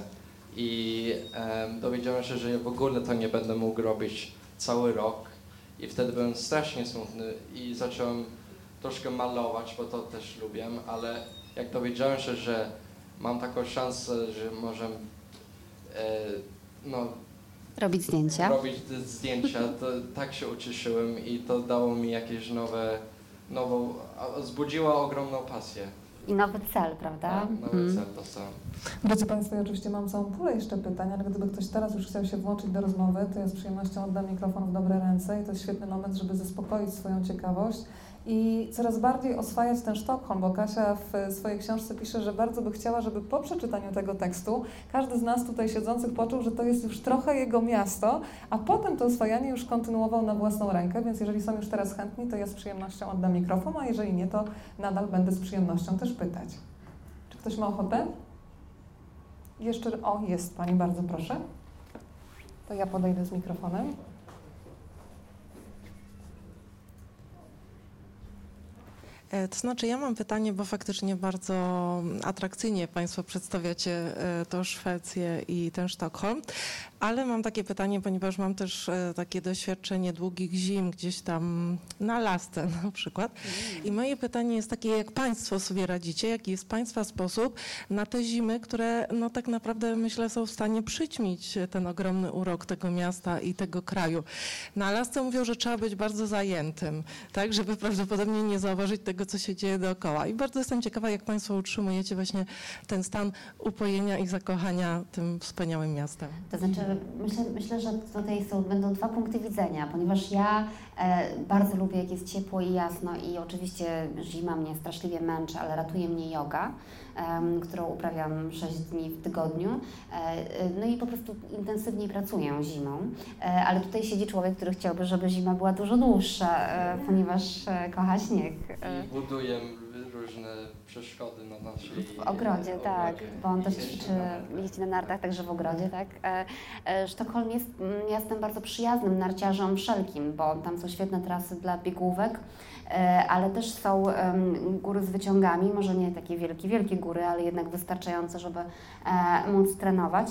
i em, dowiedziałem się, że w ogóle to nie będę mógł robić cały rok i wtedy byłem strasznie smutny i zacząłem troszkę malować, bo to też lubię, ale jak dowiedziałem się, że mam taką szansę, że może e, no, Robić zdjęcia. robić te zdjęcia, to tak się ucieszyłem i to dało mi jakieś nowe, nową, a- wzbudziło ogromną pasję. I nowy cel, prawda? Tak, nowy Mm. cel dostałem. Drodzy Państwo, ja oczywiście mam całą pulę jeszcze pytań, ale gdyby ktoś teraz już chciał się włączyć do rozmowy, to ja z przyjemnością oddam mikrofon w dobre ręce i to jest świetny moment, żeby zaspokoić swoją ciekawość i coraz bardziej oswajać ten Sztokholm, bo Kasia w swojej książce pisze, że bardzo by chciała, żeby po przeczytaniu tego tekstu każdy z nas tutaj siedzących poczuł, że to jest już trochę jego miasto, a potem to oswajanie już kontynuował na własną rękę, więc jeżeli są już teraz chętni, to ja z przyjemnością oddam mikrofon, a jeżeli nie, to nadal będę z przyjemnością też pytać. Czy ktoś ma ochotę? Jeszcze, o, jest Pani, bardzo proszę. To ja podejdę z mikrofonem. To znaczy, ja mam pytanie, bo faktycznie bardzo atrakcyjnie Państwo przedstawiacie tą Szwecję i ten Sztokholm, ale mam takie pytanie, ponieważ mam też takie doświadczenie długich zim gdzieś tam na Alasce na przykład. I moje pytanie jest takie, jak Państwo sobie radzicie, jaki jest Państwa sposób na te zimy, które no tak naprawdę myślę są w stanie przyćmić ten ogromny urok tego miasta i tego kraju. Na Alasce mówią, że trzeba być bardzo zajętym, tak, żeby prawdopodobnie nie zauważyć tego, co się dzieje dookoła. I bardzo jestem ciekawa, jak Państwo utrzymujecie właśnie ten stan upojenia i zakochania tym wspaniałym miastem. To znaczy, myślę, myślę, że tutaj są, będą dwa punkty widzenia, ponieważ ja e, bardzo lubię, jak jest ciepło i jasno i oczywiście zima mnie straszliwie męczy, ale ratuje mnie joga, e, którą uprawiam sześć dni w tygodniu. E, no i po prostu intensywniej pracuję zimą, e, ale tutaj siedzi człowiek, który chciałby, żeby zima była dużo dłuższa, e, ponieważ e, kocha śnieg. E. I buduję różne przeszkody na naszej W ogrodzie, tak, ogrodzie. bo on też I jeździ ćwiczy, na nartach. jeździ na nartach, także w ogrodzie, tak. E, e, Sztokholm jest miastem bardzo przyjaznym narciarzom wszelkim, bo tam są świetne trasy dla biegówek, e, ale też są em, góry z wyciągami, może nie takie wielkie, wielkie góry, ale jednak wystarczające, żeby e, móc trenować.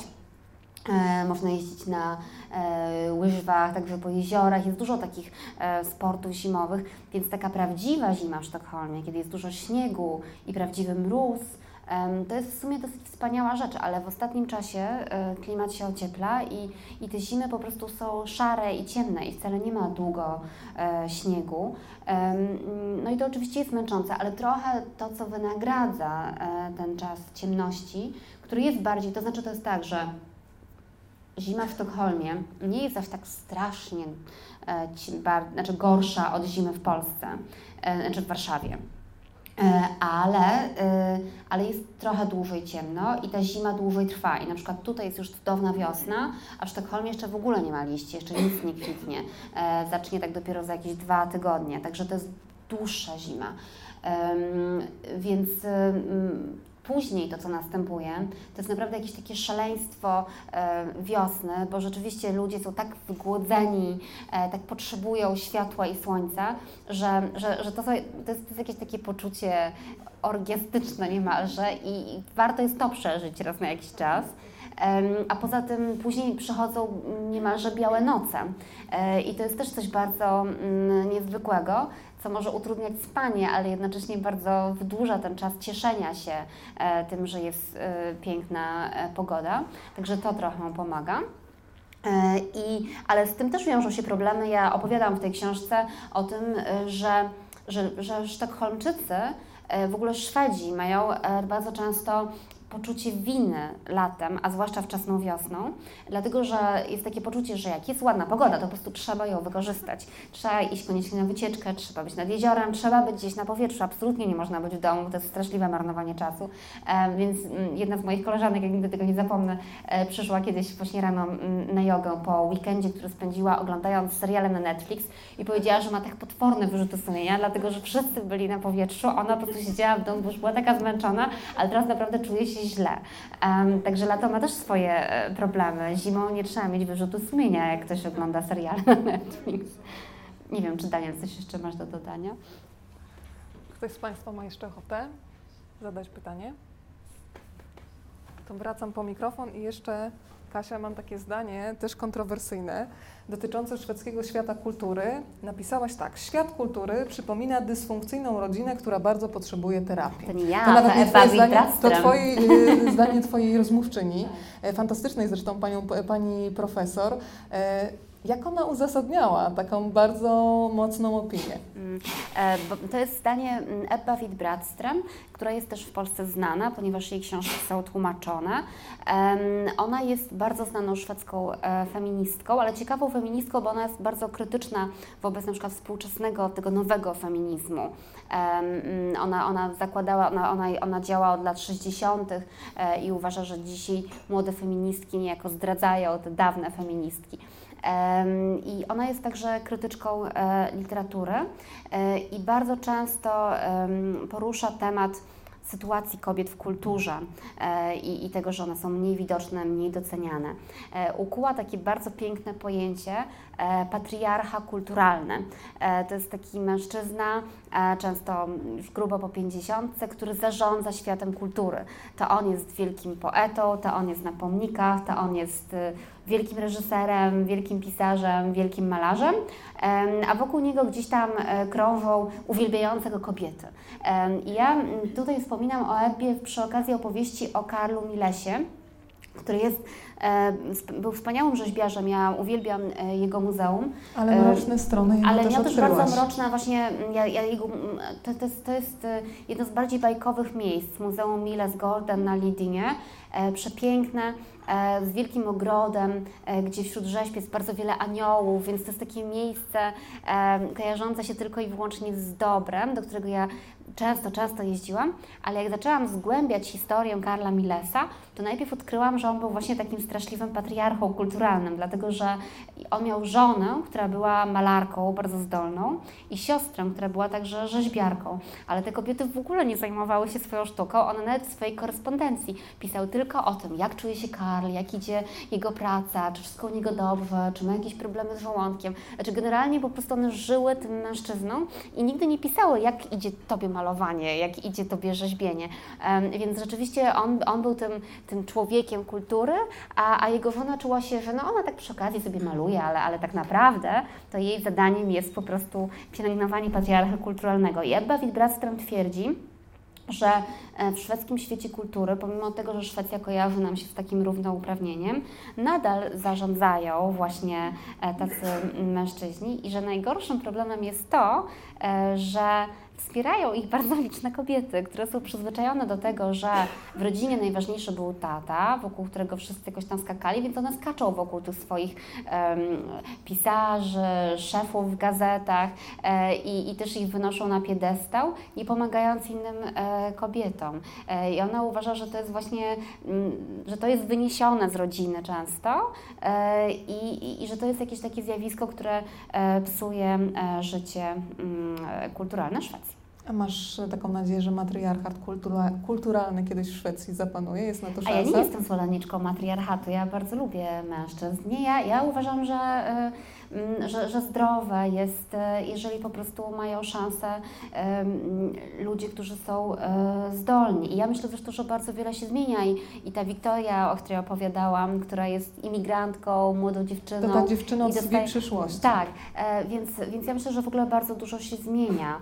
E, można jeździć na e, łyżwach, także po jeziorach, jest dużo takich e, sportów zimowych, więc taka prawdziwa zima w Sztokholmie, kiedy jest dużo śniegu i prawdziwy mróz, e, to jest w sumie dosyć wspaniała rzecz, ale w ostatnim czasie e, klimat się ociepla i, i te zimy po prostu są szare i ciemne i wcale nie ma długo e, śniegu. E, no i to oczywiście jest męczące, ale trochę to, co wynagradza e, ten czas ciemności, który jest bardziej, to znaczy to jest tak, że zima w Sztokholmie nie jest aż tak strasznie e, ci, bar, znaczy gorsza od zimy w Polsce, e, znaczy w Warszawie, e, ale, e, ale jest trochę dłużej ciemno i ta zima dłużej trwa i na przykład tutaj jest już cudowna wiosna, a w Sztokholmie jeszcze w ogóle nie ma liści, jeszcze nic nie kwitnie, e, zacznie tak dopiero za jakieś dwa tygodnie, także to jest dłuższa zima, e, więc e, później to, co następuje, to jest naprawdę jakieś takie szaleństwo e, wiosny, bo rzeczywiście ludzie są tak wygłodzeni, e, tak potrzebują światła i słońca, że, że, że to, są, to, jest, to jest jakieś takie poczucie orgiastyczne niemalże i, i warto jest to przeżyć raz na jakiś czas. A poza tym później przychodzą niemalże białe noce i to jest też coś bardzo niezwykłego, co może utrudniać spanie, ale jednocześnie bardzo wydłuża ten czas cieszenia się tym, że jest piękna pogoda, także to trochę pomaga. I, ale z tym też wiążą się problemy. Ja opowiadam w tej książce o tym, że, że, że Sztokholmczycy, w ogóle Szwedzi mają bardzo często poczucie winy latem, a zwłaszcza wczesną wiosną, dlatego że jest takie poczucie, że jak jest ładna pogoda, to po prostu trzeba ją wykorzystać. Trzeba iść koniecznie na wycieczkę, trzeba być nad jeziorem, trzeba być gdzieś na powietrzu, absolutnie nie można być w domu, bo to jest straszliwe marnowanie czasu. E, więc m, jedna z moich koleżanek, jak nigdy tego nie zapomnę, e, przyszła kiedyś właśnie rano m, na jogę po weekendzie, który spędziła oglądając seriale na Netflix i powiedziała, że ma tak potworne wyrzuty sumienia, dlatego że wszyscy byli na powietrzu, ona po prostu siedziała w domu, bo już była taka zmęczona, ale teraz naprawdę czuje się źle. Um, także lato ma też swoje e, problemy. Zimą nie trzeba mieć wyrzutu sumienia, jak ktoś ogląda serial na Netflix. Nie wiem, czy Daniel, coś jeszcze masz do dodania? Ktoś z Państwa ma jeszcze ochotę zadać pytanie? To wracam po mikrofon i jeszcze, Kasia, mam takie zdanie, też kontrowersyjne, dotyczące szwedzkiego świata kultury. Napisałaś tak: świat kultury przypomina dysfunkcyjną rodzinę, która bardzo potrzebuje terapii. To nie ja, to to nawet nie Ewa twoje zdanie, to Witraström. twoje y, zdanie twojej rozmówczyni, e, fantastycznej zresztą panią, pani profesor. E, Jak ona uzasadniała taką bardzo mocną opinię? E, bo to jest zdanie Ebba Witt-Brattström, która jest też w Polsce znana, ponieważ jej książki są tłumaczone. E, ona jest bardzo znaną szwedzką e, feministką, ale ciekawą feministką, bo ona jest bardzo krytyczna wobec na przykład współczesnego, tego nowego feminizmu. E, ona, ona zakładała, ona, ona, ona działa od lat sześćdziesiątych e, i uważa, że dzisiaj młode feministki niejako zdradzają te dawne feministki. I ona jest także krytyczką e, literatury e, i bardzo często e, porusza temat sytuacji kobiet w kulturze e, i, i tego, że one są mniej widoczne, mniej doceniane. E, ukuła takie bardzo piękne pojęcie e, patriarcha kulturalny. E, to jest taki mężczyzna, e, często już grubo po pięćdziesiątce, który zarządza światem kultury. To on jest wielkim poetą, to on jest na pomnikach, to on jest e, wielkim reżyserem, wielkim pisarzem, wielkim malarzem, a wokół niego gdzieś tam krążą uwielbiające go kobiety. I ja tutaj wspominam o Ebbie przy okazji opowieści o Karlu Milesie, który jest, e, sp- był wspaniałym rzeźbiarzem, ja uwielbiam e, jego muzeum. Ale mroczne strony jego Ale też miał też odkryłaś. bardzo mroczne właśnie, ja, ja jego, to, to, jest, to jest e, jedno z bardziej bajkowych miejsc, Muzeum Miles Gordon na Lidinie, e, przepiękne, e, z wielkim ogrodem, e, gdzie wśród rzeźb jest bardzo wiele aniołów, więc to jest takie miejsce e, kojarzące się tylko i wyłącznie z dobrem, do którego ja często, często jeździłam, ale jak zaczęłam zgłębiać historię Karla Millesa, to najpierw odkryłam, że on był właśnie takim straszliwym patriarchą kulturalnym, dlatego że on miał żonę, która była malarką bardzo zdolną i siostrę, która była także rzeźbiarką, ale te kobiety w ogóle nie zajmowały się swoją sztuką, one nawet w swojej korespondencji pisały tylko o tym, jak czuje się Karl, jak idzie jego praca, czy wszystko u niego dobrze, czy ma jakieś problemy z żołądkiem. Znaczy generalnie po prostu one żyły tym mężczyzną i nigdy nie pisały, jak idzie tobie malowanie, jak idzie tobie rzeźbienie. Um, więc rzeczywiście on, on był tym, tym człowiekiem kultury, a, a jego żona czuła się, że no ona tak przy okazji sobie maluje, ale, ale tak naprawdę to jej zadaniem jest po prostu pielęgnowanie patriarchy kulturalnego. I Ebba Witt-Brattström twierdzi, że w szwedzkim świecie kultury, pomimo tego, że Szwecja kojarzy nam się z takim równouprawnieniem, nadal zarządzają właśnie tacy mężczyźni i że najgorszym problemem jest to, że wspierają ich bardzo liczne kobiety, które są przyzwyczajone do tego, że w rodzinie najważniejszy był tata, wokół którego wszyscy jakoś tam skakali, więc one skaczą wokół tych swoich um, pisarzy, szefów w gazetach e, i, i też ich wynoszą na piedestał, nie pomagając innym e, kobietom. E, I ona uważa, że to jest właśnie, m, że to jest wyniesione z rodziny często e, i, i, i że to jest jakieś takie zjawisko, które e, psuje e, życie m, kulturalne Szwecji. A masz taką nadzieję, że matriarchat kultura, kulturalny kiedyś w Szwecji zapanuje? Jest na to A szansa? ja nie jestem zwolenniczką matriarchatu, ja bardzo lubię mężczyzn. Nie, ja, ja uważam, że, y, że, że zdrowe jest, y, jeżeli po prostu mają szansę y, ludzie, którzy są y, zdolni. I ja myślę zresztą, że bardzo wiele się zmienia i, i ta Wiktoria, o której opowiadałam, która jest imigrantką, młodą dziewczyną. To ta dziewczyna od i dostaje- swojej przyszłości. Tak, e, więc, więc ja myślę, że w ogóle bardzo dużo się zmienia.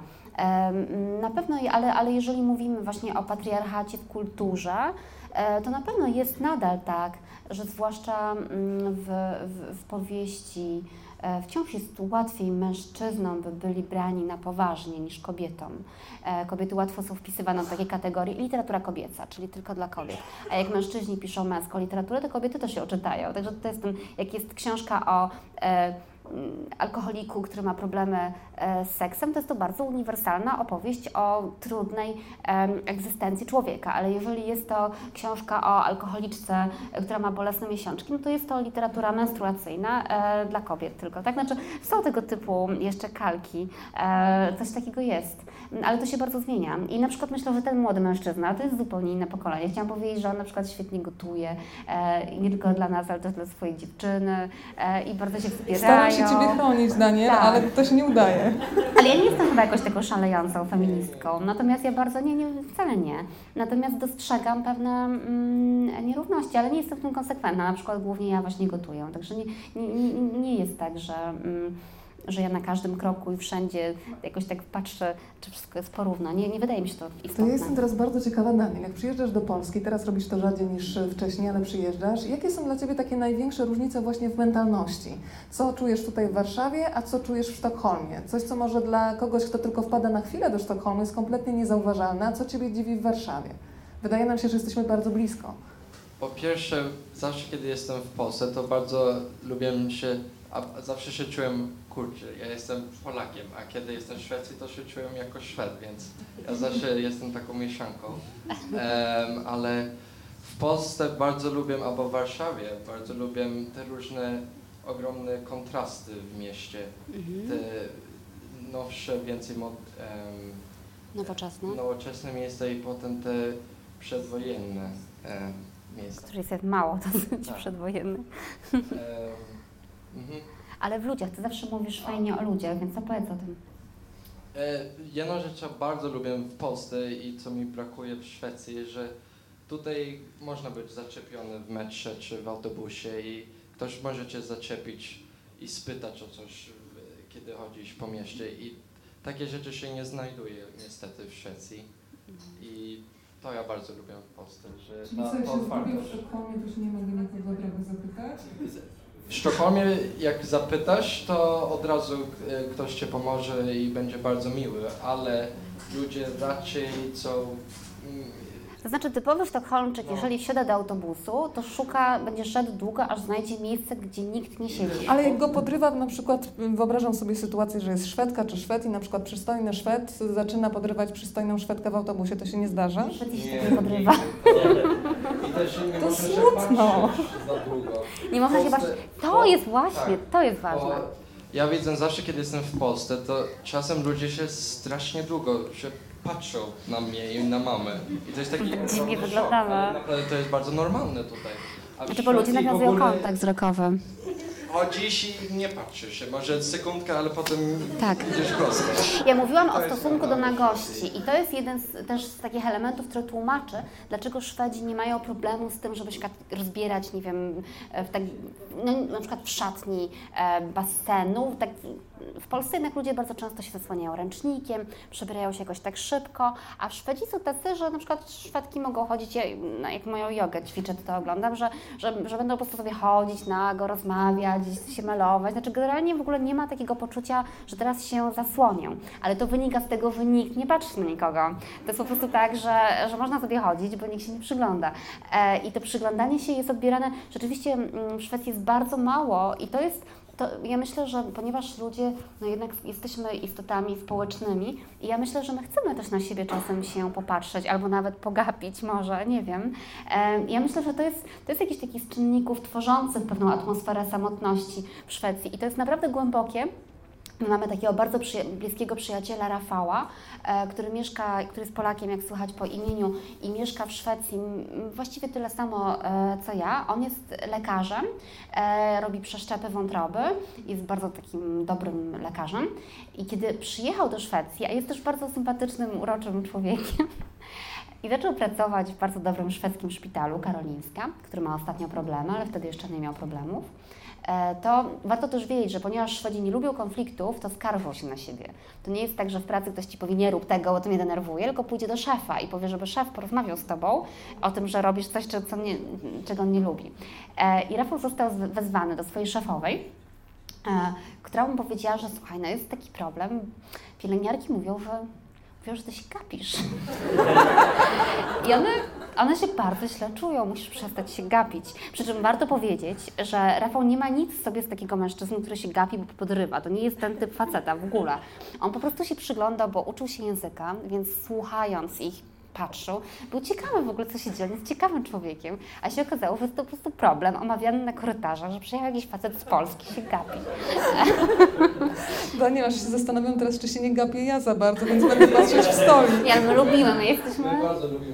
Na pewno, ale, ale jeżeli mówimy właśnie o patriarchacie w kulturze, to na pewno jest nadal tak, że zwłaszcza w, w, w powieści wciąż jest łatwiej mężczyznom, by byli brani na poważnie niż kobietom. Kobiety łatwo są wpisywane w takie kategorie literatura kobieca, czyli tylko dla kobiet. A jak mężczyźni piszą męską literaturę, to kobiety też ją czytają. Także to jest ten, jak jest książka o e, alkoholiku, który ma problemy e, z seksem, to jest to bardzo uniwersalna opowieść o trudnej e, egzystencji człowieka, ale jeżeli jest to książka o alkoholiczce, e, która ma bolesne miesiączki, no to jest to literatura menstruacyjna e, dla kobiet tylko, tak? Znaczy są tego typu jeszcze kalki, e, coś takiego jest, ale to się bardzo zmienia i na przykład myślę, że ten młody mężczyzna to jest zupełnie inne pokolenie. Chciałam powiedzieć, że on na przykład świetnie gotuje e, i nie tylko dla nas, ale też dla swojej dziewczyny e, i bardzo się wspierają. Staram się Ciebie chronić, Daniel, Tak. ale to się nie udaje. Ale ja nie jestem chyba jakoś taką szalejącą feministką, natomiast ja bardzo, nie, nie, wcale nie. Natomiast dostrzegam pewne mm, nierówności, ale nie jestem w tym konsekwentna. Na przykład głównie ja właśnie gotuję, także nie, nie, nie, nie jest tak, że... Mm, że ja na każdym kroku i wszędzie jakoś tak patrzę, czy wszystko jest porówno. Nie, nie wydaje mi się to istotne. To ja jestem teraz bardzo ciekawa, Daniel, jak przyjeżdżasz do Polski, teraz robisz to rzadziej niż wcześniej, ale przyjeżdżasz, jakie są dla Ciebie takie największe różnice właśnie w mentalności? Co czujesz tutaj w Warszawie, a co czujesz w Sztokholmie? Coś, co może dla kogoś, kto tylko wpada na chwilę do Sztokholmu, jest kompletnie niezauważalne, a co Ciebie dziwi w Warszawie? Wydaje nam się, że jesteśmy bardzo blisko. Po pierwsze, zawsze kiedy jestem w Polsce, to bardzo lubię się, a zawsze się czułem, kurczę, ja jestem Polakiem, a kiedy jestem w Szwecji, to się czułem jako Szwed, więc ja zawsze jestem taką mieszanką. Um, ale w Polsce bardzo lubię, albo w Warszawie, bardzo lubię te różne ogromne kontrasty w mieście. Mhm. Te nowsze, więcej mod, um, Nowoczesne. nowoczesne miejsca i potem te przedwojenne um, miejsca. Których jest mało dosyć Tak. przedwojennych. Um, mhm. Ale w ludziach, Ty zawsze mówisz fajnie o ludziach, więc opowiedz o tym. E, Jedną rzecz, co bardzo lubię w Polsce i co mi brakuje w Szwecji, że tutaj można być zaczepiony w metrze czy w autobusie i ktoś może cię zaczepić i spytać o coś, w- kiedy chodzisz po mieście i takie rzeczy się nie znajduje niestety w Szwecji. I to ja bardzo lubię w Polsce, że Czyli ta, co, jak ta się zgubił w otwartość. Sztokholmie, to już nie mogę nikogo dobrego zapytać? W Sztokholmie jak zapytasz, to od razu e, ktoś cię pomoże i będzie bardzo miły, ale ludzie raczej co... mm, To znaczy typowy Sztokholmczyk, No. jeżeli wsiada do autobusu, to szuka, będzie szedł długo, aż znajdzie miejsce, gdzie nikt nie siedzi. Ale jak go podrywa, na przykład wyobrażam sobie sytuację, że jest Szwedka czy Szwed i na przykład przystojny Szwed zaczyna podrywać przystojną Szwedkę w autobusie, to się nie zdarza? W Szwecji się Nie, tak nie podrywa. I też nie To można się smutno. patrzeć za długo. Nie można się Polsce- bać. To bo- jest właśnie, tak, to jest ważne. bo ja widzę zawsze, kiedy jestem w Polsce, to czasem ludzie się strasznie długo się patrzą na mnie i na mamę. I to jest taki Dziwnie ogromny szok, wyglądamy. ale naprawdę to jest bardzo normalne tutaj. A w Znaczy, bo ludzie Szwecji w nawiązują ogóle kontakt wzrokowy. chodzisz i nie patrzysz się, może sekundkę, ale potem Tak. idziesz prosto. Ja mówiłam To o jest stosunku do prawda. nagości i to jest jeden z, też z takich elementów, który tłumaczy, dlaczego Szwedzi nie mają problemu z tym, żeby się rozbierać, nie wiem, w tak, no, na przykład w szatni e, basenu. Tak, w Polsce jednak ludzie bardzo często się zasłaniają ręcznikiem, przebierają się jakoś tak szybko, a w Szwedzi są tacy, że na przykład Szwedki mogą chodzić, ja, no, jak moją jogę ćwiczę, to, to oglądam, że, że, że będą po prostu sobie chodzić nago, rozmawiać, gdzieś się malować. Znaczy generalnie w ogóle nie ma takiego poczucia, że teraz się zasłonią, ale to wynika z tego, że nikt nie patrzy na nikogo. To jest po prostu tak, że, że można sobie chodzić, bo nikt się nie przygląda. E, I to przyglądanie się jest odbierane, rzeczywiście mm, w Szwecji jest bardzo mało i to jest To ja myślę, że ponieważ ludzie, no jednak jesteśmy istotami społecznymi i ja myślę, że my chcemy też na siebie czasem się popatrzeć albo nawet pogapić może, nie wiem. E, ja myślę, że to jest, to jest jakiś taki z czynników tworzących pewną atmosferę samotności w Szwecji i to jest naprawdę głębokie. My mamy takiego bardzo przyja- bliskiego przyjaciela Rafała, e, który mieszka, który jest Polakiem, jak słychać po imieniu, i mieszka w Szwecji m, właściwie tyle samo e, co ja. On jest lekarzem, e, robi przeszczepy wątroby, jest bardzo takim dobrym lekarzem. I kiedy przyjechał do Szwecji, a jest też bardzo sympatycznym, uroczym człowiekiem, i zaczął pracować w bardzo dobrym szwedzkim szpitalu, Karolinska, który ma ostatnio problemy, ale wtedy jeszcze nie miał problemów. To warto też wiedzieć, że ponieważ Szwedzi nie lubią konfliktów, to skarżą się na siebie. To nie jest tak, że w pracy ktoś Ci powie, nie rób tego, bo to mnie denerwuje, tylko pójdzie do szefa i powie, żeby szef porozmawiał z Tobą o tym, że robisz coś, co nie, czego on nie lubi. I Rafał został wezwany do swojej szefowej, która mu powiedziała, że słuchaj, no jest taki problem, pielęgniarki mówią, że Mówią, że ty się gapisz. I one, one się bardzo źle czują, musisz przestać się gapić. Przy czym warto powiedzieć, że Rafał nie ma nic sobie z takiego mężczyzny, który się gapi, bo podrywa. To nie jest ten typ faceta w ogóle. On po prostu się przyglądał, bo uczył się języka, więc słuchając ich, patrzył, był ciekawy w ogóle, co się dzieje, jest ciekawym człowiekiem, a się okazało, że jest to po prostu problem omawiany na korytarzach, że przyjechał jakiś facet z Polski, się gapi. Daniel, aż się zastanawiam teraz, czy się nie gapię ja za bardzo, więc będę patrzeć w stolik. Ja my lubimy, my jesteśmy... My bardzo lubimy.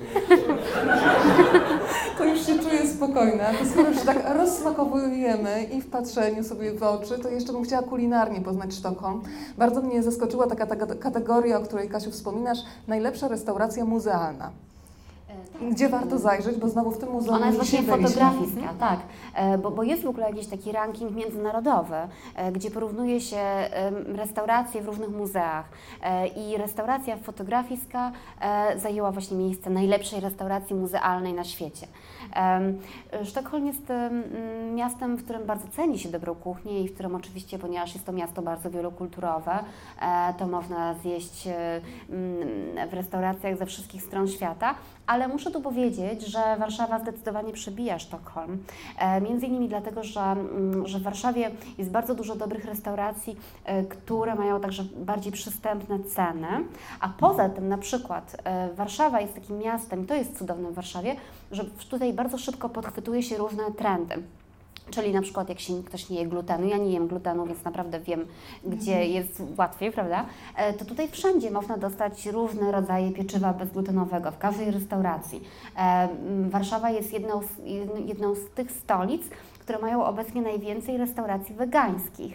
To już się czuję spokojna. To skoro już tak rozsmakowujemy i w patrzeniu sobie w oczy, to jeszcze bym chciała kulinarnie poznać Sztokholm. Bardzo mnie zaskoczyła taka, taka kategoria, o której Kasiu wspominasz, najlepsza restauracja muzealna. Gdzie warto zajrzeć, bo znowu w tym muzeum Ona jest właśnie dzisiaj byliśmy. fotografiska, tak, e, bo, bo jest w ogóle jakiś taki ranking międzynarodowy, e, gdzie porównuje się e, restauracje w różnych muzeach e, i restauracja fotografiska e, zajęła właśnie miejsce najlepszej restauracji muzealnej na świecie. E, Sztokholm jest e, miastem, w którym bardzo ceni się dobrą kuchnię i w którym oczywiście, ponieważ jest to miasto bardzo wielokulturowe, e, to można zjeść e, w restauracjach ze wszystkich stron świata, ale muszę tu powiedzieć, że Warszawa zdecydowanie przebija Sztokholm. E, między innymi dlatego, że, mm, że w Warszawie jest bardzo dużo dobrych restauracji, e, które mają także bardziej przystępne ceny, a poza tym na przykład e, Warszawa jest takim miastem, i to jest cudowne w Warszawie, że tutaj bardzo szybko podchwytuje się różne trendy. Czyli na przykład jak się ktoś nie je glutenu, ja nie jem glutenu, więc naprawdę wiem, gdzie jest łatwiej, prawda? To tutaj wszędzie można dostać różne rodzaje pieczywa bezglutenowego, w każdej restauracji. Warszawa jest jedną z, jedną z tych stolic, które mają obecnie najwięcej restauracji wegańskich.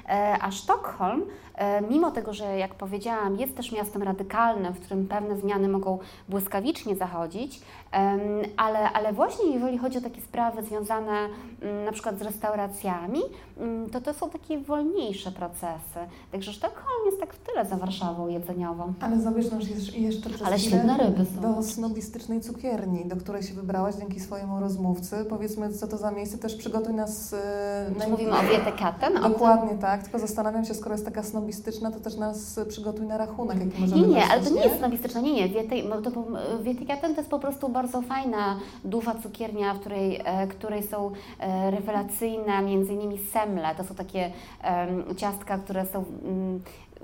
A Sztokholm, mimo tego, że jak powiedziałam, jest też miastem radykalnym, w którym pewne zmiany mogą błyskawicznie zachodzić, ale, ale właśnie jeżeli chodzi o takie sprawy związane na przykład z restauracjami, to to są takie wolniejsze procesy. Także Sztokholm jest tak w tyle za Warszawą jedzeniową. Ale zabierz nas jeszcze przez Ale chwilę świetne ryby są. do snobistycznej cukierni, do której się wybrałaś dzięki swojemu rozmówcy. Powiedzmy, co to za miejsce, też przygotuj nas... Czy naj... mówimy o Wietekaten? Dokładnie tym... tak, tylko zastanawiam się, skoro jest taka snobistyczna, to też nas przygotuj na rachunek, jaki możemy Nie, nie, dostać, ale to nie nie jest snobistyczna, nie, nie. Wietekaten to jest po prostu bardzo fajna, duża cukiernia, w której, której są rewelacyjne, między innymi semle. To są takie um, ciastka, które są... Um,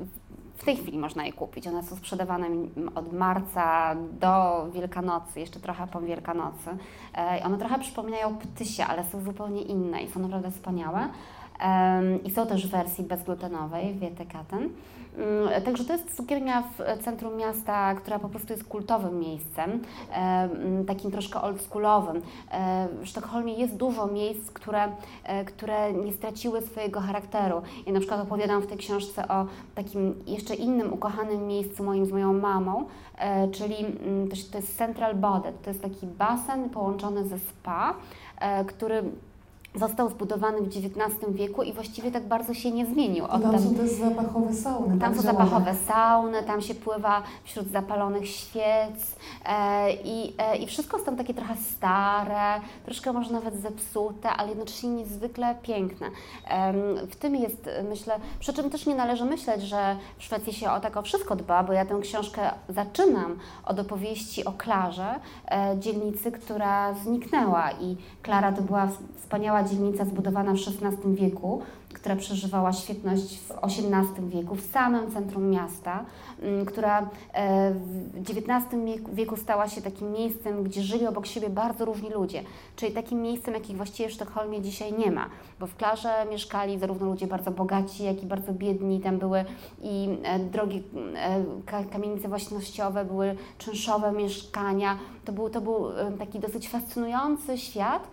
w tej chwili można je kupić. One są sprzedawane od marca do Wielkanocy, jeszcze trochę po Wielkanocy. One trochę przypominają ptysie, ale są zupełnie inne i są naprawdę wspaniałe. I są też w wersji bezglutenowej, Wietekaten. Także to jest cukiernia w centrum miasta, która po prostu jest kultowym miejscem, takim troszkę oldschoolowym. W Sztokholmie jest dużo miejsc, które, które nie straciły swojego charakteru. Ja na przykład opowiadam w tej książce o takim jeszcze innym ukochanym miejscu moim z moją mamą, czyli to jest Central Badet. To jest taki basen połączony ze spa, który został zbudowany w dziewiętnastym wieku i właściwie tak bardzo się nie zmienił. Od tam są też zapachowe sauny. Tam są zapachowe sauny, tam się pływa wśród zapalonych świec e, i, e, i wszystko jest tam takie trochę stare, troszkę może nawet zepsute, ale jednocześnie niezwykle piękne. E, w tym jest, myślę, przy czym też nie należy myśleć, że w Szwecji się o tak o wszystko dba, bo ja tę książkę zaczynam od opowieści o Klarze, e, dzielnicy, która zniknęła i Klara to była wspaniała dzielnica zbudowana w szesnastym wieku, która przeżywała świetność w osiemnastym wieku, w samym centrum miasta, która w dziewiętnastym wieku stała się takim miejscem, gdzie żyli obok siebie bardzo różni ludzie, czyli takim miejscem, jakich właściwie w Sztokholmie dzisiaj nie ma, bo w Klarze mieszkali zarówno ludzie bardzo bogaci, jak i bardzo biedni, tam były i drogie kamienice własnościowe, były czynszowe mieszkania, to był, to był taki dosyć fascynujący świat.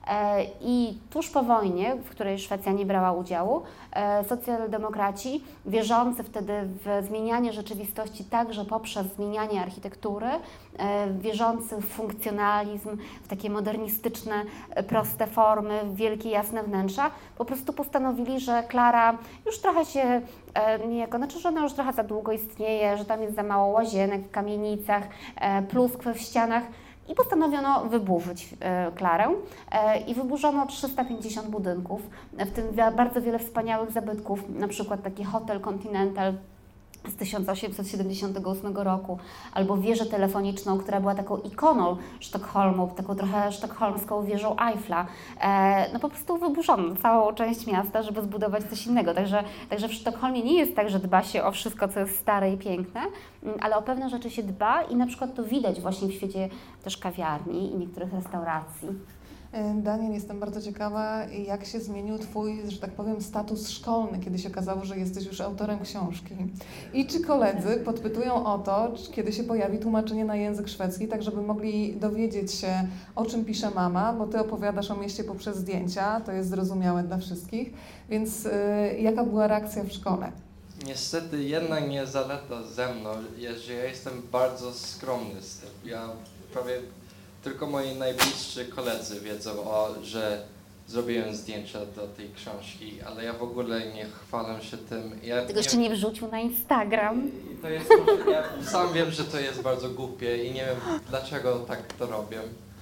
I tuż po wojnie, w której Szwecja nie brała udziału, socjaldemokraci, wierzący wtedy w zmienianie rzeczywistości także poprzez zmienianie architektury, wierzący w funkcjonalizm, w takie modernistyczne, proste formy, wielkie, jasne wnętrza, po prostu postanowili, że Klara już trochę się niejako, znaczy, że ona już trochę za długo istnieje, że tam jest za mało łazienek w kamienicach, pluskwy w ścianach, i postanowiono wyburzyć e, Klarę e, i wyburzono trzysta pięćdziesiąt budynków, w tym bardzo wiele wspaniałych zabytków, na przykład taki hotel Continental z tysiąc osiemset siedemdziesiątego ósmego roku, albo wieżę telefoniczną, która była taką ikoną Sztokholmu, taką trochę sztokholmską wieżą Eiffla. E, no po prostu wyburzono całą część miasta, żeby zbudować coś innego. Także, także w Sztokholmie nie jest tak, że dba się o wszystko, co jest stare i piękne, ale o pewne rzeczy się dba i na przykład to widać właśnie w świecie też kawiarni i niektórych restauracji. Daniel, jestem bardzo ciekawa, jak się zmienił Twój, że tak powiem, status szkolny, kiedy się okazało, że jesteś już autorem książki. I czy koledzy podpytują o to, kiedy się pojawi tłumaczenie na język szwedzki, tak żeby mogli dowiedzieć się, o czym pisze mama, bo Ty opowiadasz o mieście poprzez zdjęcia, to jest zrozumiałe dla wszystkich, więc yy, jaka była reakcja w szkole? Niestety jedna nie zaleta ze mną jest, że ja jestem bardzo skromny z tym. Ja prawie tylko moi najbliżsi koledzy wiedzą, o, że zrobiłem zdjęcia do tej książki, ale ja w ogóle nie chwalę się tym. Ja Tego jeszcze nie wrzucił na Instagram. I to jest, ja sam wiem, że to jest bardzo głupie i nie wiem, dlaczego tak to robię,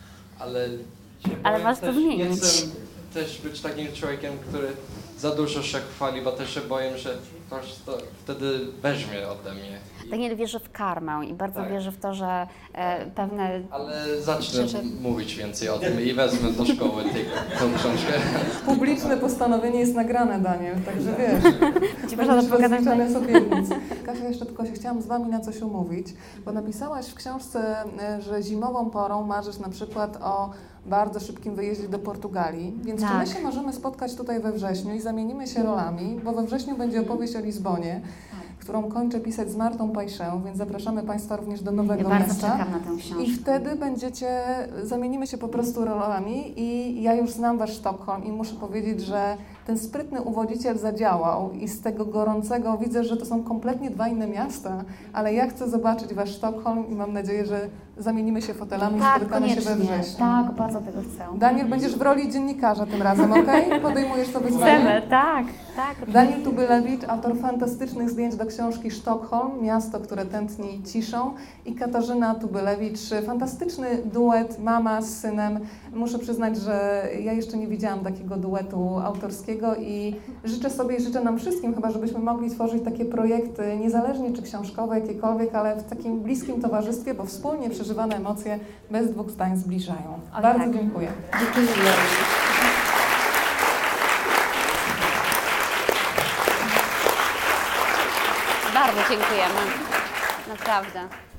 ale się Ale boję masz to też, zmienić. nie chcę też być takim człowiekiem, który za dużo się chwali, bo też się boję, że ktoś to wtedy weźmie ode mnie. Daniel wierzy w karmę i bardzo tak. wierzy w to, że e, pewne... Ale zacznę rzeczy... mówić więcej o tym i wezmę do szkoły tej, tą książkę. Publiczne postanowienie jest nagrane, Daniel, także wiesz. Będziesz rozliczane z obietnic. Kasia, jeszcze tylko się chciałam z Wami na coś umówić, bo napisałaś w książce, że zimową porą marzysz na przykład o bardzo szybkim wyjeździe do Portugalii, więc tak. czy my się możemy spotkać tutaj we wrześniu i zamienimy się rolami, bo we wrześniu będzie opowieść o Lizbonie. którą kończę pisać z Martą Pajszę, więc zapraszamy Państwa również do Nowego Ja bardzo Miasta. czekam na tę książkę. I wtedy będziecie, zamienimy się po prostu rolami i ja już znam Wasz Sztokholm i muszę powiedzieć, że ten sprytny uwodziciel zadziałał i z tego gorącego widzę, że to są kompletnie dwa inne miasta, ale ja chcę zobaczyć Wasz Sztokholm i mam nadzieję, że zamienimy się fotelami i Tak, spotykamy się we koniecznie. wrześniu. Tak, bardzo tego chcę. Daniel, będziesz w roli dziennikarza tym razem, okej? Podejmujesz to wyzwanie? Chcemy, tak, tak. Daniel Tubylewicz, autor fantastycznych zdjęć do książki Sztokholm, miasto, które tętni ciszą, i Katarzyna Tubylewicz, fantastyczny duet, mama z synem. Muszę przyznać, że ja jeszcze nie widziałam takiego duetu autorskiego i życzę sobie i życzę nam wszystkim chyba, żebyśmy mogli tworzyć takie projekty, niezależnie czy książkowe, jakiekolwiek, ale w takim bliskim towarzystwie, bo wspólnie przeżywane emocje bez dwóch zdań zbliżają. Oj, Bardzo tak. dziękuję. Dziękuję. Bardzo dziękujemy. Naprawdę.